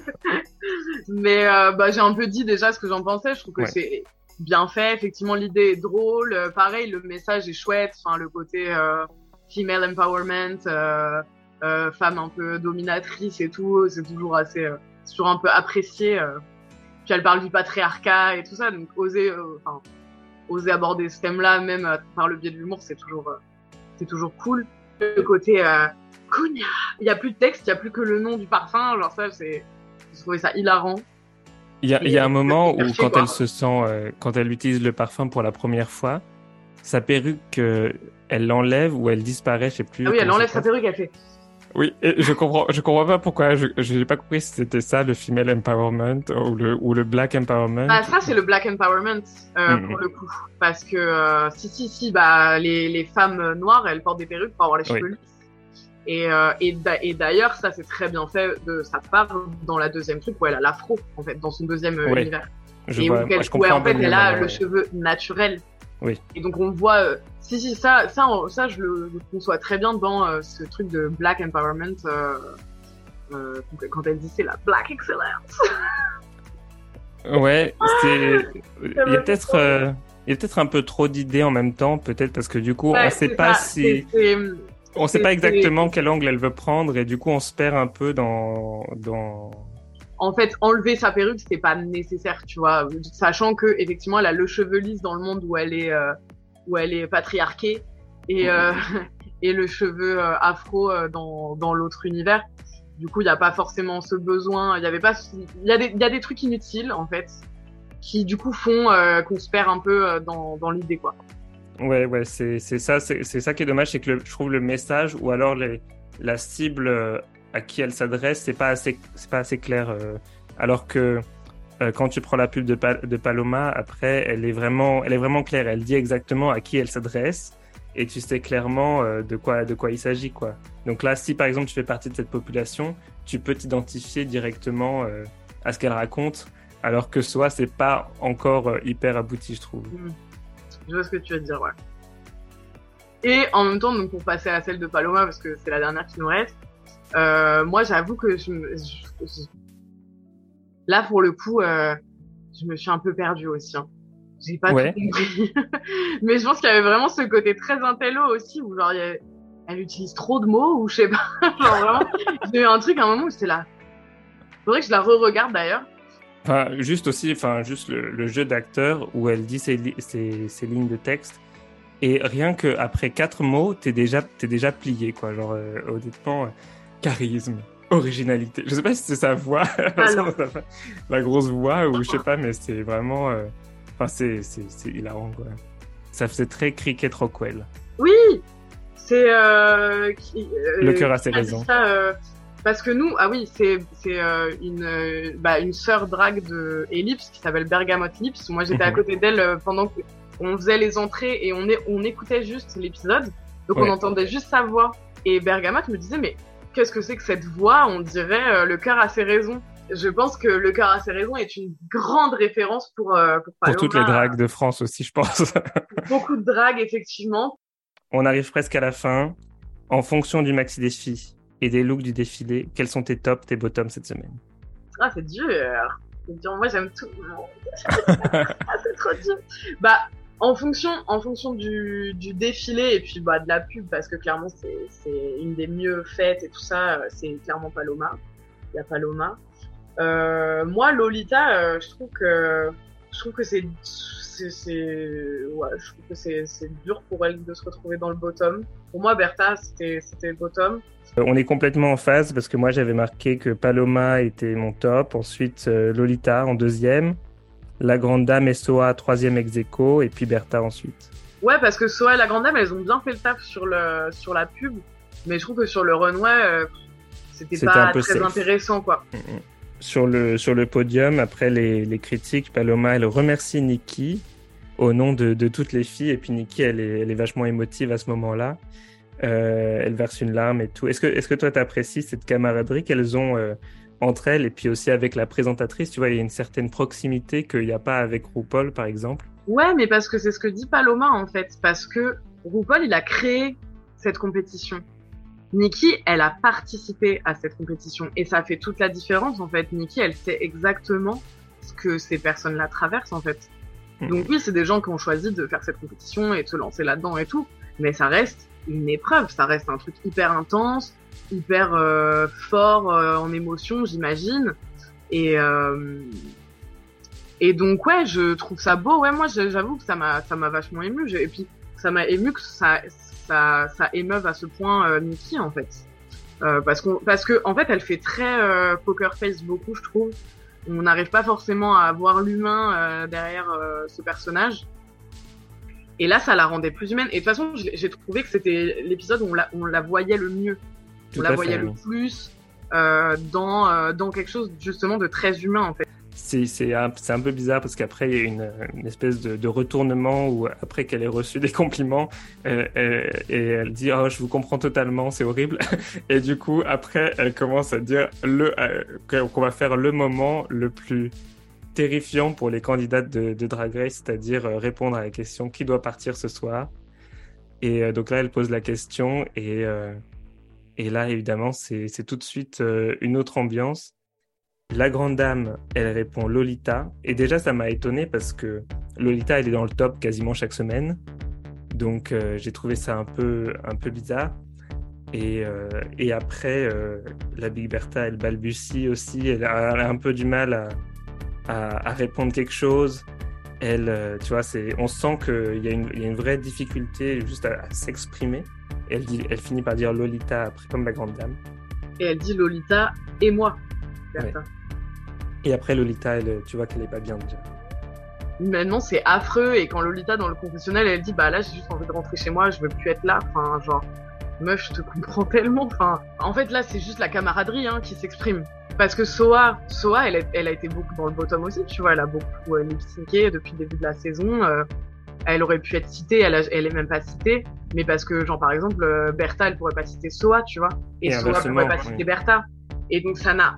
Mais euh, bah, j'ai un peu dit déjà ce que j'en pensais. Je trouve que ouais. C'est bien fait. Effectivement, l'idée est drôle. Euh, pareil, le message est chouette. Enfin, le côté euh, female empowerment... Euh, Euh, femme un peu dominatrice et tout, c'est toujours assez, euh, c'est toujours un peu apprécié. Euh. Puis elle parle du patriarcat et tout ça, donc oser, enfin, euh, oser aborder ce thème-là, même euh, par le biais de l'humour, c'est toujours, euh, c'est toujours cool. Le côté euh, Cugna, il y a plus de texte, il y a plus que le nom du parfum, genre ça, c'est, j'ai trouvé ça hilarant. Il y a, il y a un moment où quand quoi. elle se sent, euh, quand elle utilise le parfum pour la première fois, sa perruque, euh, elle l'enlève ou elle disparaît, je sais plus. Ah oui, elle enlève sa perruque, elle fait. Oui, et je comprends, je comprends pas pourquoi, je, je n'ai pas compris si c'était ça, le female empowerment, ou le, ou le black empowerment. Ah, ça, c'est le black empowerment, euh, mm-hmm. pour le coup. Parce que, euh, si, si, si, bah, les, les femmes noires, elles portent des perruques pour avoir les cheveux oui. lisses. Et, euh, et, et d'ailleurs, ça, c'est très bien fait de sa part dans la deuxième truc où elle a l'afro, en fait, dans son deuxième euh, oui. univers. Je et vois, où, elle, moi, je comprends où en fait, elle a ouais. le cheveu naturel. Oui. Et donc on voit, euh, si si ça ça ça je le, je le conçois très bien dans euh, ce truc de Black Empowerment euh, euh, quand elle dit c'est la Black Excellence. Ouais, c'est il y a peut-être euh, il y a peut-être un peu trop d'idées en même temps, peut-être parce que du coup ouais, on sait pas ça, si c'est, c'est, on sait c'est, pas exactement quel angle elle veut prendre et du coup on se perd un peu dans dans en fait, enlever sa perruque, c'était pas nécessaire, tu vois, sachant que effectivement, elle a le cheveu lisse dans le monde où elle est, euh, où elle est patriarquée, et euh, et le cheveu euh, afro euh, dans dans l'autre univers. Du coup, il y a pas forcément ce besoin. Il y avait pas, il y a des, il y a des trucs inutiles en fait, qui du coup font euh, qu'on se perd un peu euh, dans dans l'idée, quoi. Ouais, ouais, c'est c'est ça, c'est c'est ça qui est dommage, c'est que le, je trouve le message ou alors les la cible euh, à qui elle s'adresse, c'est pas assez, c'est pas assez clair. Euh, alors que euh, quand tu prends la pub de, pa de Paloma, après, elle est vraiment, elle est vraiment claire. Elle dit exactement à qui elle s'adresse et tu sais clairement euh, de quoi, de quoi il s'agit, quoi. Donc là, si par exemple tu fais partie de cette population, tu peux t'identifier directement euh, à ce qu'elle raconte, alors que soit c'est pas encore euh, hyper abouti, je trouve. Mmh. Je vois ce que tu veux dire, ouais. Et en même temps, donc pour passer à celle de Paloma, parce que c'est la dernière qui nous reste. Euh, moi, j'avoue que je, je, je... là, pour le coup, euh, je me suis un peu perdue aussi. Hein. J'ai pas ouais. tout compris. Mais je pense qu'il y avait vraiment ce côté très intello aussi, où genre, il y avait... elle utilise trop de mots, ou je sais pas. Genre vraiment, j'ai eu un truc à un moment où j'étais là. Faudrait que je la re-regarde d'ailleurs. Enfin, juste aussi, enfin, juste le, le jeu d'acteur où elle dit ses, ses, ses lignes de texte. Et rien que après quatre mots, t'es déjà, t'es déjà plié, quoi. Genre, euh, honnêtement, euh, charisme, originalité. Je sais pas si c'est sa voix, Ah la grosse voix, ou je sais pas, mais c'est vraiment, euh... enfin, c'est, c'est, c'est hilarant, quoi. Ça faisait très Cricket Rockwell. Oui, c'est euh, qui, euh, le cœur a ses raisons. Ça, euh, parce que nous, ah oui, c'est c'est euh, une euh, bah une sœur drague de Ellipse qui s'appelle Bergamote Lips. Moi, j'étais mm-hmm. à côté d'elle euh, pendant que on faisait les entrées et on, est, on écoutait juste l'épisode, donc ouais. on entendait juste sa voix. Et Bergamote me disait, mais qu'est-ce que c'est que cette voix? On dirait euh, le cœur a ses raisons. Je pense que le cœur a ses raisons est une grande référence pour euh, pour, pour toutes les dragues de France aussi, je pense. Beaucoup de dragues, effectivement. On arrive presque à la fin. En fonction du maxi défi et des looks du défilé, quels sont tes tops, tes bottoms cette semaine? Ah, c'est dur. C'est dur. Moi, j'aime tout. Ah, c'est trop dur. Bah. En fonction, en fonction du, du défilé et puis bah de la pub, parce que clairement c'est c'est une des mieux faites et tout ça, c'est clairement Paloma. Il y a Paloma. Euh, moi Lolita, euh, je trouve que je trouve que c'est c'est c'est ouais, je trouve que c'est c'est dur pour elle de se retrouver dans le bottom. Pour moi Bertha c'était c'était le bottom. On est complètement en phase parce que moi j'avais marqué que Paloma était mon top, ensuite euh, Lolita en deuxième. La Grande Dame et Soa, troisième ex-aequo, et puis Bertha ensuite. Ouais, parce que Soa et La Grande Dame, elles ont bien fait le taf sur, le, sur la pub, mais je trouve que sur le runway, euh, c'était, c'était pas très safe. Intéressant, quoi. Mmh. Sur le, sur le podium, après les, les critiques, Paloma, elle remercie Nikki au nom de, de toutes les filles, et puis Nikki, elle est, elle est vachement émotive à ce moment-là. Euh, elle verse une larme et tout. Est-ce que, est-ce que toi, t'apprécies cette camaraderie qu'elles ont euh, entre elles et puis aussi avec la présentatrice, tu vois, il y a une certaine proximité qu'il n'y a pas avec RuPaul, par exemple. Ouais, mais parce que c'est ce que dit Paloma, en fait. Parce que RuPaul, il a créé cette compétition. Nikki, elle a participé à cette compétition. Et ça fait toute la différence, en fait. Nikki, elle sait exactement ce que ces personnes-là traversent, en fait. Mmh. Donc oui, c'est des gens qui ont choisi de faire cette compétition et de se lancer là-dedans et tout. Mais ça reste une épreuve. Ça reste un truc hyper intense, hyper euh, fort euh, en émotion, j'imagine. Et euh, et donc ouais, je trouve ça beau. Ouais, moi j'avoue que ça m'a ça m'a vachement ému. Et puis ça m'a ému que ça ça ça émeuve à ce point euh, Nikki en fait. Euh, parce qu'on parce que en fait elle fait très euh, poker face beaucoup, je trouve. On n'arrive pas forcément à voir l'humain euh, derrière euh, ce personnage. Et là, ça la rendait plus humaine. Et de toute façon, j'ai trouvé que c'était l'épisode où on la, on la voyait le mieux. Tout on la voyait fait, le oui. plus euh, dans, euh, dans quelque chose justement de très humain en fait. C'est, c'est, un, c'est un peu bizarre parce qu'après, il y a une, une espèce de, de retournement où après qu'elle ait reçu des compliments, elle, elle, et elle dit « Oh, je vous comprends totalement, c'est horrible ». Et du coup, après, elle commence à dire le, euh, qu'on va faire le moment le plus terrifiant pour les candidates de, de Drag Race, c'est-à-dire euh, répondre à la question qui doit partir ce soir. Et euh, donc là, elle pose la question et, euh, et là, évidemment, c'est, c'est tout de suite euh, une autre ambiance. La grande dame, elle répond Lolita. Et déjà, ça m'a étonné parce que Lolita, elle est dans le top quasiment chaque semaine. Donc, euh, j'ai trouvé ça un peu, un peu bizarre. Et, euh, et après, euh, la Big Bertha, elle balbutie aussi. Elle a, elle a un peu du mal à, à, à répondre quelque chose. Elle, euh, tu vois, c'est, on sent qu'il y a une, il y a une vraie difficulté juste à, à s'exprimer. Et elle, dit, elle finit par dire Lolita après, comme la grande dame. Et elle dit Lolita et moi. Ouais. Et après, Lolita, elle, tu vois qu'elle est pas bien déjà. Maintenant, c'est affreux. Et quand Lolita, dans le confessionnal, elle dit bah là, j'ai juste envie de rentrer chez moi, je veux plus être là. Enfin, genre, meuf, je te comprends tellement. Enfin, en fait, là, c'est juste la camaraderie hein, qui s'exprime. Parce que Soa, Soa, elle a, elle a été beaucoup dans le bottom aussi, tu vois, elle a beaucoup euh, lip-synqué depuis le début de la saison. Euh, elle aurait pu être citée, elle, a, elle est même pas citée, mais parce que, genre, par exemple, euh, Bertha, elle pourrait pas citer Soa, tu vois, et, et Soa pourrait pas citer oui. Bertha. Et donc, ça n'a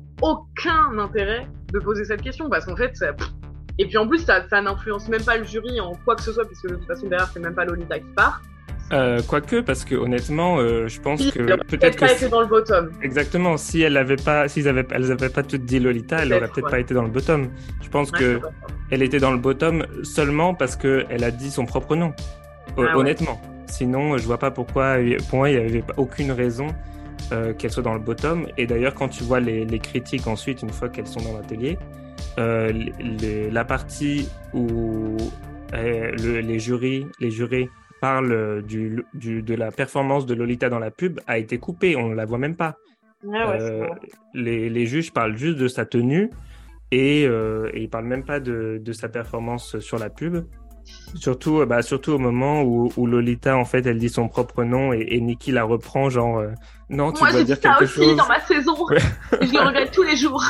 aucun intérêt de poser cette question, parce qu'en fait, ça... et puis en plus, ça, ça n'influence même pas le jury en quoi que ce soit, puisque de toute façon, derrière, c'est même pas Lolita qui part. Euh, quoique, parce que honnêtement, euh, je pense si, que peut-être, peut-être pas que été dans le bottom. Exactement. Si elle avait pas, s'ils avaient, elles avaient pas toutes dit Lolita, elle aurait peut-être ouais. pas été dans le bottom. Je pense ouais, que elle était dans le bottom seulement parce que elle a dit son propre nom. Ah, honnêtement. Ouais. Sinon, je vois pas pourquoi. Pour moi, il y avait aucune raison euh, qu'elle soit dans le bottom. Et d'ailleurs, quand tu vois les, les critiques ensuite, une fois qu'elles sont dans l'atelier, euh, les, les, la partie où euh, le, les jurys, les jurés parle du, du, de la performance de Lolita dans la pub a été coupée, on ne la voit même pas. Ouais, ouais, euh, les, les juges parlent juste de sa tenue et, euh, et ils ne parlent même pas de, de sa performance sur la pub. Surtout, bah, surtout au moment où, où Lolita, en fait, elle dit son propre nom et, et Nikki la reprend, genre euh, non, tu Moi, dois dire quelque chose. Moi, j'ai dit ça aussi dans ma saison ouais. Et je le regrette tous les jours.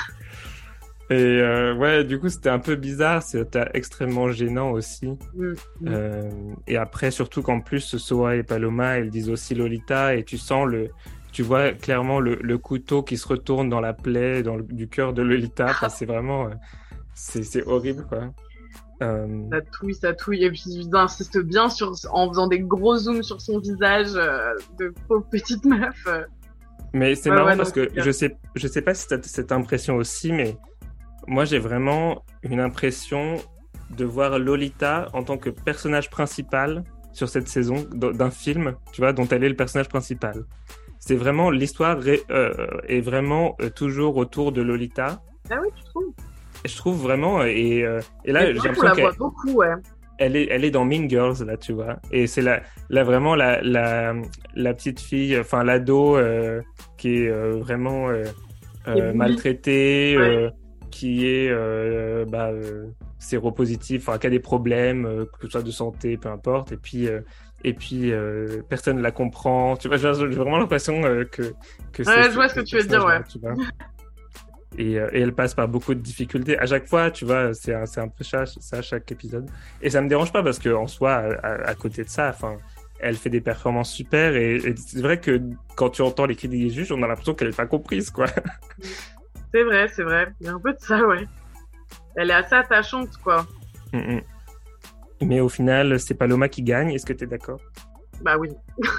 Et euh, ouais, du coup, c'était un peu bizarre, c'était extrêmement gênant aussi. Mmh. Euh, et après, surtout qu'en plus, Soa et Paloma, elles disent aussi Lolita, et tu sens le, tu vois clairement le, le couteau qui se retourne dans la plaie, dans le, du cœur de Lolita. Enfin, c'est vraiment, euh, c'est, c'est horrible, quoi. Euh... Ça touille, ça touille, et puis ils insistent bien sur, en faisant des gros zooms sur son visage euh, de pauvre petite meuf. Euh. Mais c'est ouais, marrant ouais, parce que je sais, je sais pas si t'as cette impression aussi, mais moi, j'ai vraiment une impression de voir Lolita en tant que personnage principal sur cette saison d'un film, tu vois, dont elle est le personnage principal. C'est vraiment, l'histoire euh, est vraiment euh, toujours autour de Lolita. Ah oui, tu trouves ? Je trouve vraiment, et, euh, et là, j'ai l'impression la voit beaucoup, ouais. Elle est, elle est dans Mean Girls, là, tu vois. Et c'est la, la, vraiment la, la, la petite fille, enfin, l'ado euh, qui est euh, vraiment euh, euh, maltraitée, ouais. euh, qui est euh, bah, euh, séropositif, enfin qui a des problèmes, euh, que ce soit de santé, peu importe, et puis euh, et puis euh, personne ne la comprend. Tu vois, j'ai vraiment l'impression euh, que que ouais, c'est, je vois ce que tu veux dire, ouais. Tu vois. Et, euh, et elle passe par beaucoup de difficultés à chaque fois, tu vois. C'est un, c'est un peu ça, ça chaque épisode. Et ça me dérange pas parce que en soi, à, à côté de ça, enfin. Elle fait des performances super et, et c'est vrai que quand tu entends les critiques des juges, on a l'impression qu'elle n'est pas comprise, quoi. C'est vrai, c'est vrai. Il y a un peu de ça, ouais. Elle est assez attachante, quoi. Mm-mm. Mais au final, c'est Paloma qui gagne. Est-ce que tu es d'accord ? Bah oui.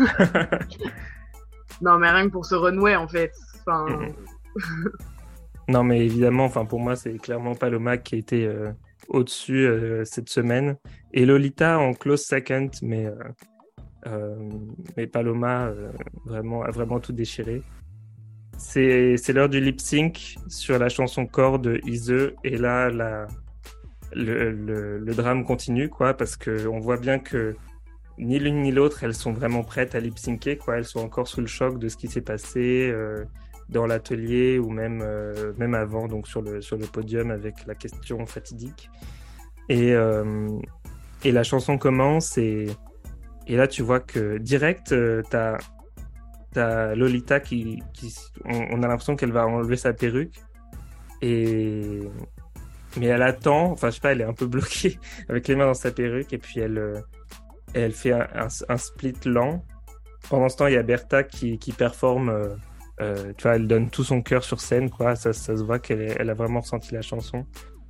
Non, mais rien que pour se renouer, en fait. Enfin... Non, mais évidemment, enfin, pour moi, c'est clairement Paloma qui a été euh, au-dessus euh, cette semaine. Et Lolita en close second, mais... Euh... Euh, mais Paloma euh, vraiment, a vraiment tout déchiré. C'est, c'est l'heure du lip sync sur la chanson Corps de Ise, et là la, le, le, le drame continue, quoi, parce qu'on voit bien que ni l'une ni l'autre elles sont vraiment prêtes à lip syncer, quoi. Elles sont encore sous le choc de ce qui s'est passé euh, dans l'atelier ou même, euh, même avant, donc sur le, sur le podium avec la question fatidique. Et, euh, et la chanson commence et Et là, tu vois que direct, euh, t'as, t'as Lolita qui, qui on, on a l'impression qu'elle va enlever sa perruque. Et, mais elle attend, enfin, je sais pas, elle est un peu bloquée avec les mains dans sa perruque. Et puis, elle, euh, elle fait un, un, un split lent. Pendant ce temps, il y a Bertha qui, qui performe, euh, euh, tu vois, elle donne tout son cœur sur scène, quoi. Ça, ça se voit qu'elle elle a vraiment ressenti la chanson.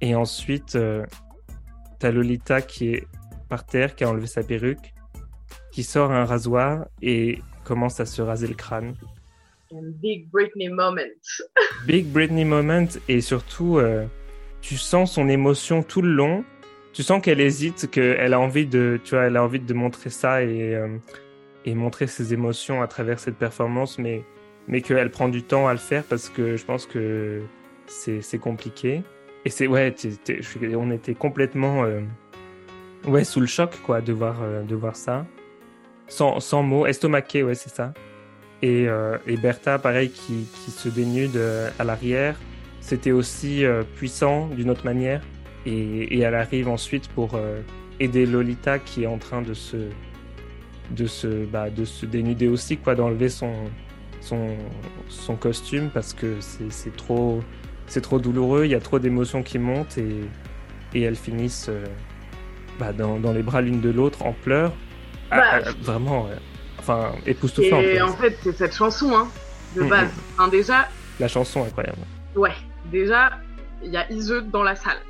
Et ensuite, euh, t'as Lolita qui est par terre, qui a enlevé sa perruque, qui sort un rasoir et commence à se raser le crâne. Un big Britney moment. Big Britney moment, et surtout, euh, tu sens son émotion tout le long. Tu sens qu'elle hésite, qu'elle a envie de, tu vois, elle a envie de montrer ça et, euh, et montrer ses émotions à travers cette performance, mais, mais qu'elle prend du temps à le faire parce que je pense que c'est, c'est compliqué. Et c'est, ouais, t'es, t'es, je, on était complètement, euh, ouais, sous le choc, quoi, de voir, euh, de voir ça. Sans, sans mots, estomaqué, ouais, c'est ça. Et, euh, et Bertha, pareil, qui, qui se dénude euh, à l'arrière. C'était aussi euh, puissant d'une autre manière. Et, et elle arrive ensuite pour euh, aider Lolita qui est en train de se, de se, bah, de se dénuder aussi, quoi, d'enlever son, son, son costume parce que c'est, c'est trop, c'est trop douloureux. Il y a trop d'émotions qui montent et, et elles finissent euh, bah, dans, dans les bras l'une de l'autre en pleurs. Bah, ah, ah, vraiment, euh, enfin, époustouflant. Et quoi. en fait, c'est cette chanson, hein, de Mm, base. mm. Enfin, déjà, La chanson est incroyable. ouais, déjà, il y a Iseult dans la salle.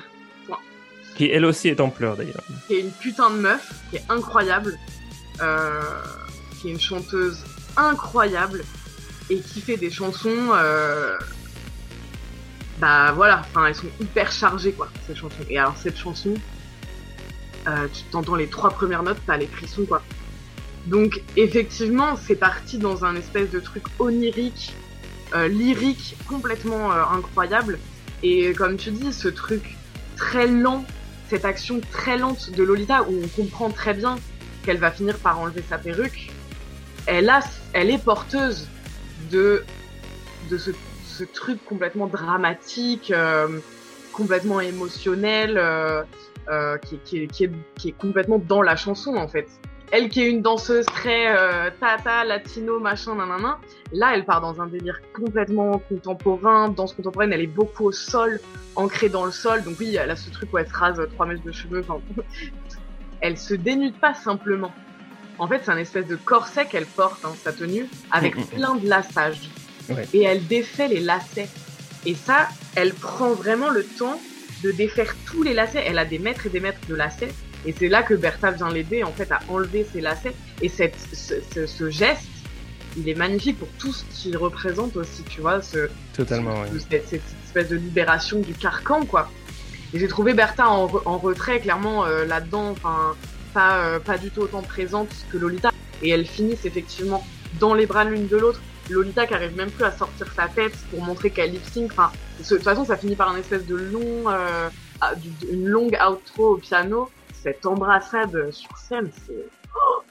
Qui elle aussi est en pleurs d'ailleurs. Qui est une putain de meuf, qui est incroyable, euh, qui est une chanteuse incroyable et qui fait des chansons, euh, bah voilà, enfin elles sont hyper chargées quoi, ces chansons. Et alors cette chanson, euh, tu t'entends les trois premières notes, t'as les frissons quoi. Donc effectivement, c'est parti dans un espèce de truc onirique, euh, lyrique, complètement euh, incroyable. Et comme tu dis, ce truc très lent, cette action très lente de Lolita où on comprend très bien qu'elle va finir par enlever sa perruque, elle a, elle est porteuse de de ce, ce truc complètement dramatique, euh, complètement émotionnel, euh, euh, qui, qui, qui, est, qui est complètement dans la chanson en fait. Elle qui est une danseuse très euh, tata, latino, machin, nanana, là elle part dans un délire complètement contemporain, danse contemporaine, elle est beaucoup au sol, ancrée dans le sol, donc oui, elle a ce truc où elle se rase trois mèches de cheveux, enfin, elle se dénude pas simplement. En fait, c'est un espèce de corset qu'elle porte, hein, sa tenue, avec mmh, plein de lassages. Ouais. Et elle défait les lacets. Et ça, elle prend vraiment le temps de défaire tous les lacets. Elle a des mètres et des mètres de lacets. Et c'est là que Bertha vient l'aider, en fait, à enlever ses lacets. Et cette, ce, ce, ce geste, il est magnifique pour tout ce qu'il représente aussi, tu vois, ce, Totalement, ce, ouais. cette, cette espèce de libération du carcan, quoi. Et j'ai trouvé Bertha en, en retrait, clairement, euh, là-dedans, enfin, pas, euh, pas du tout autant présente que Lolita. Et elles finissent effectivement dans les bras l'une de l'autre. Lolita qui arrive même plus à sortir sa tête pour montrer qu'elle lip-sync. Enfin, de toute façon, ça finit par un espèce de long, euh, une longue outro au piano. Cette embrassade sur scène, c'est... Oh,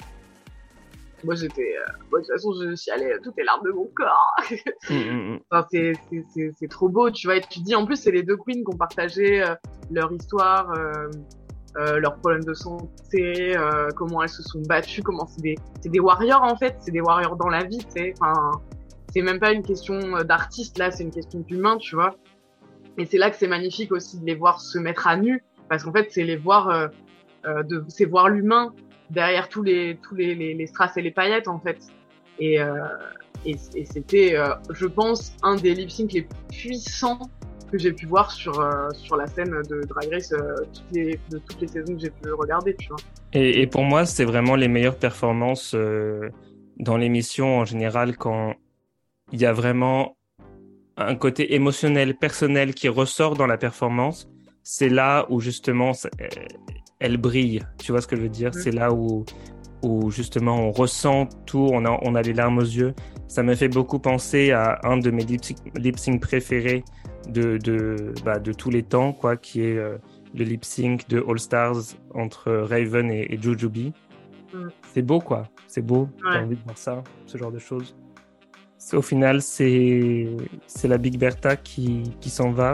moi, j'étais... Euh... Moi, de toute façon, je suis allée toutes les larmes de mon corps. mmh, mmh. Enfin, c'est, c'est, c'est, c'est trop beau, tu vois. Et tu dis, en plus, c'est les deux queens qui ont partagé euh, leur histoire, euh, euh, leurs problèmes de santé, euh, comment elles se sont battues, comment c'est des... C'est des warriors, en fait. C'est des warriors dans la vie, tu sais. Enfin, c'est même pas une question d'artiste, là. C'est une question d'humain, tu vois. Et c'est là que c'est magnifique aussi de les voir se mettre à nu. Parce qu'en fait, c'est les voir... Euh, Euh, de, c'est voir l'humain derrière tous les tous les, les, les strass et les paillettes en fait et euh, et, et c'était euh, je pense un des lip sync les plus puissants que j'ai pu voir sur euh, sur la scène de Drag Race euh, toutes les, de toutes les saisons que j'ai pu regarder, tu vois. Et, et pour moi c'est vraiment les meilleures performances euh, dans l'émission en général quand il y a vraiment un côté émotionnel personnel qui ressort dans la performance. C'est là où justement ça, elle brille, tu vois ce que je veux dire? Mmh. C'est là où, où justement on ressent tout, on a, on a les larmes aux yeux. Ça me fait beaucoup penser à un de mes lip-sync préférés de, de, bah, de tous les temps, quoi, qui est euh, le lip-sync de All Stars entre Raven et, et Jujubee. Mmh. C'est beau, quoi. C'est beau. Ouais. J'ai envie de voir ça, ce genre de choses. C'est, au final, c'est, c'est la Big Bertha qui, qui s'en va.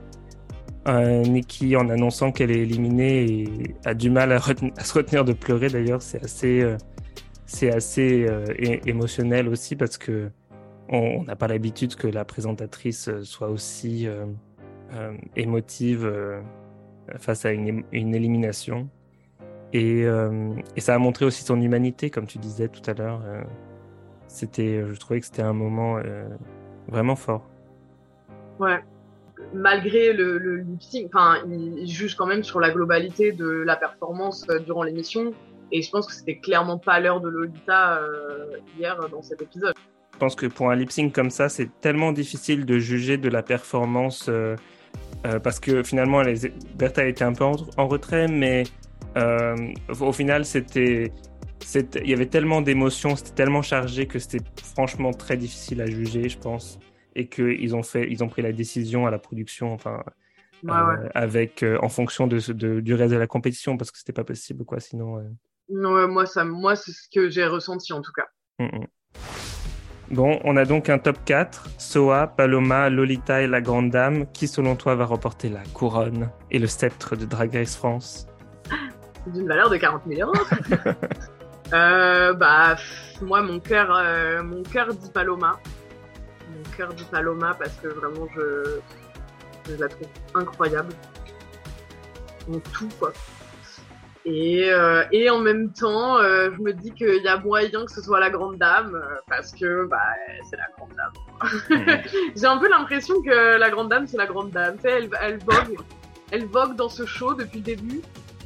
Euh, Nikki, en annonçant qu'elle est éliminée, et a du mal à, retenir, à se retenir de pleurer d'ailleurs. C'est assez, euh, c'est assez euh, é- émotionnel aussi parce que on n'a pas l'habitude que la présentatrice soit aussi euh, euh, émotive euh, face à une, une élimination. Et, euh, et ça a montré aussi son humanité, comme tu disais tout à l'heure. Euh, c'était, je trouvais que c'était un moment euh, vraiment fort. Ouais. malgré le, le lip sync, enfin, il, il juge quand même sur la globalité de la performance euh, durant l'émission. Et je pense que c'était clairement pas l'heure de Lolita euh, hier dans cet épisode. Je pense que pour un lip sync comme ça, c'est tellement difficile de juger de la performance euh, euh, parce que finalement, les... Bertha était un peu en, en retrait, mais euh, au final, c'était, c'était, il y avait tellement d'émotions, c'était tellement chargé que c'était franchement très difficile à juger, je pense, et qu'ils ont fait, ils ont pris la décision à la production, enfin, ouais, euh, ouais. avec euh, en fonction de, de du reste de la compétition, parce que c'était pas possible, quoi, sinon. Euh... Ouais, moi, ça, moi, c'est ce que j'ai ressenti en tout cas. Mm-mm. Bon, on a donc un top quatre. Soa, Paloma, Lolita et la Grande Dame. Qui, selon toi, va remporter la couronne et le sceptre de Drag Race France? C'est d'une valeur de quarante mille euros. euh, bah, pff, moi, mon cœur, euh, mon cœur dit Paloma. Mon cœur dit Paloma parce que vraiment, je, je la trouve incroyable. En tout, quoi. Et, euh, et en même temps, euh, je me dis qu'il y a moyen que ce soit la Grande Dame, euh, parce que bah, c'est la Grande Dame. Mmh. J'ai un peu l'impression que la Grande Dame, c'est la Grande Dame. Tu sais, elle, elle vogue, elle vogue dans ce show depuis le début.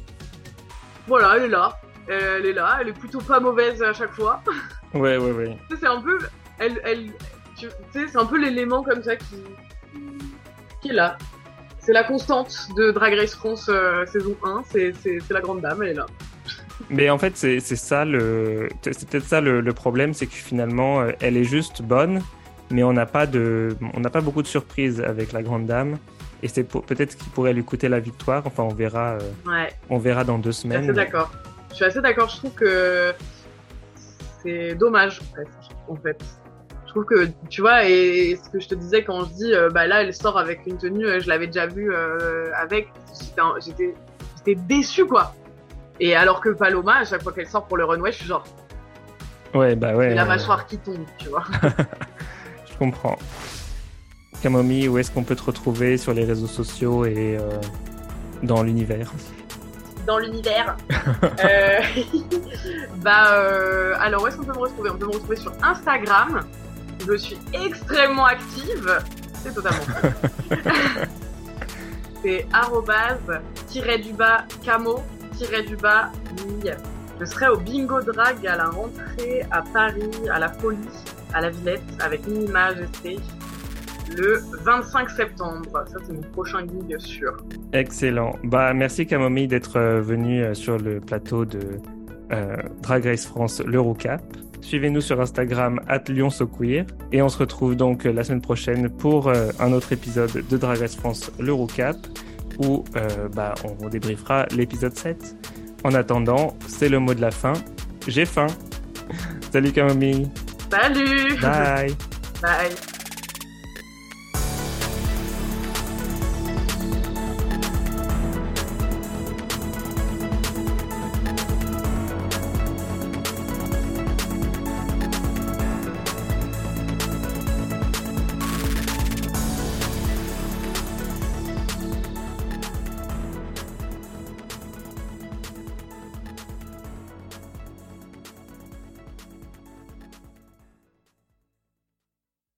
Voilà, elle est là. Elle est là, elle est plutôt pas mauvaise à chaque fois. Ouais, ouais, ouais. Tu sais, c'est un peu, elle, elle, tu sais, c'est un peu l'élément comme ça qui, qui est là. C'est la constante de Drag Race France euh, saison un, c'est, c'est, c'est la Grande Dame, elle est là. Mais en fait, c'est, c'est ça le, c'est peut-être ça le, le problème, c'est que finalement, euh, elle est juste bonne, mais on n'a pas de, on n'a pas beaucoup de surprises avec la Grande Dame, et c'est pour, peut-être qu'il pourrait lui coûter la victoire. Enfin, on verra, euh, ouais. on verra dans deux semaines. Je suis assez d'accord. Je suis assez d'accord. Je trouve que c'est dommage, presque, en fait. Je trouve que, tu vois, et ce que je te disais quand je dis, euh, bah là, elle sort avec une tenue, euh, je l'avais déjà vue euh, avec, j'étais, j'étais, j'étais déçue, quoi. Et alors que Paloma, à chaque fois qu'elle sort pour le runway, je suis genre... Ouais, bah ouais. C'est la euh... mâchoire qui tombe, tu vois. Je comprends. Camomille, où est-ce qu'on peut te retrouver sur les réseaux sociaux et euh, dans l'univers? Dans l'univers. euh... bah, euh... alors où est-ce qu'on peut me retrouver? On peut me retrouver sur Instagram. Je suis extrêmement active. C'est totalement faux. C'est arrobase tiré du bas camo tiré du bas mille. Je serai au Bingo Drag à la rentrée à Paris, à la Folie, à la Villette, avec Minima G C, le vingt-cinq septembre. Ça, c'est mon prochain gig sûr. Excellent. Bah, merci Camomille d'être euh, venue sur le plateau de euh, Drag Race France, l'Eurocap. Suivez-nous sur Instagram at LyonSoQueer et on se retrouve donc la semaine prochaine pour euh, un autre épisode de Drag Race France, l'Eurocap, où euh, bah, on débriefera l'épisode sept. En attendant, c'est le mot de la fin. J'ai faim. Salut Camomille. Salut. Bye. Bye.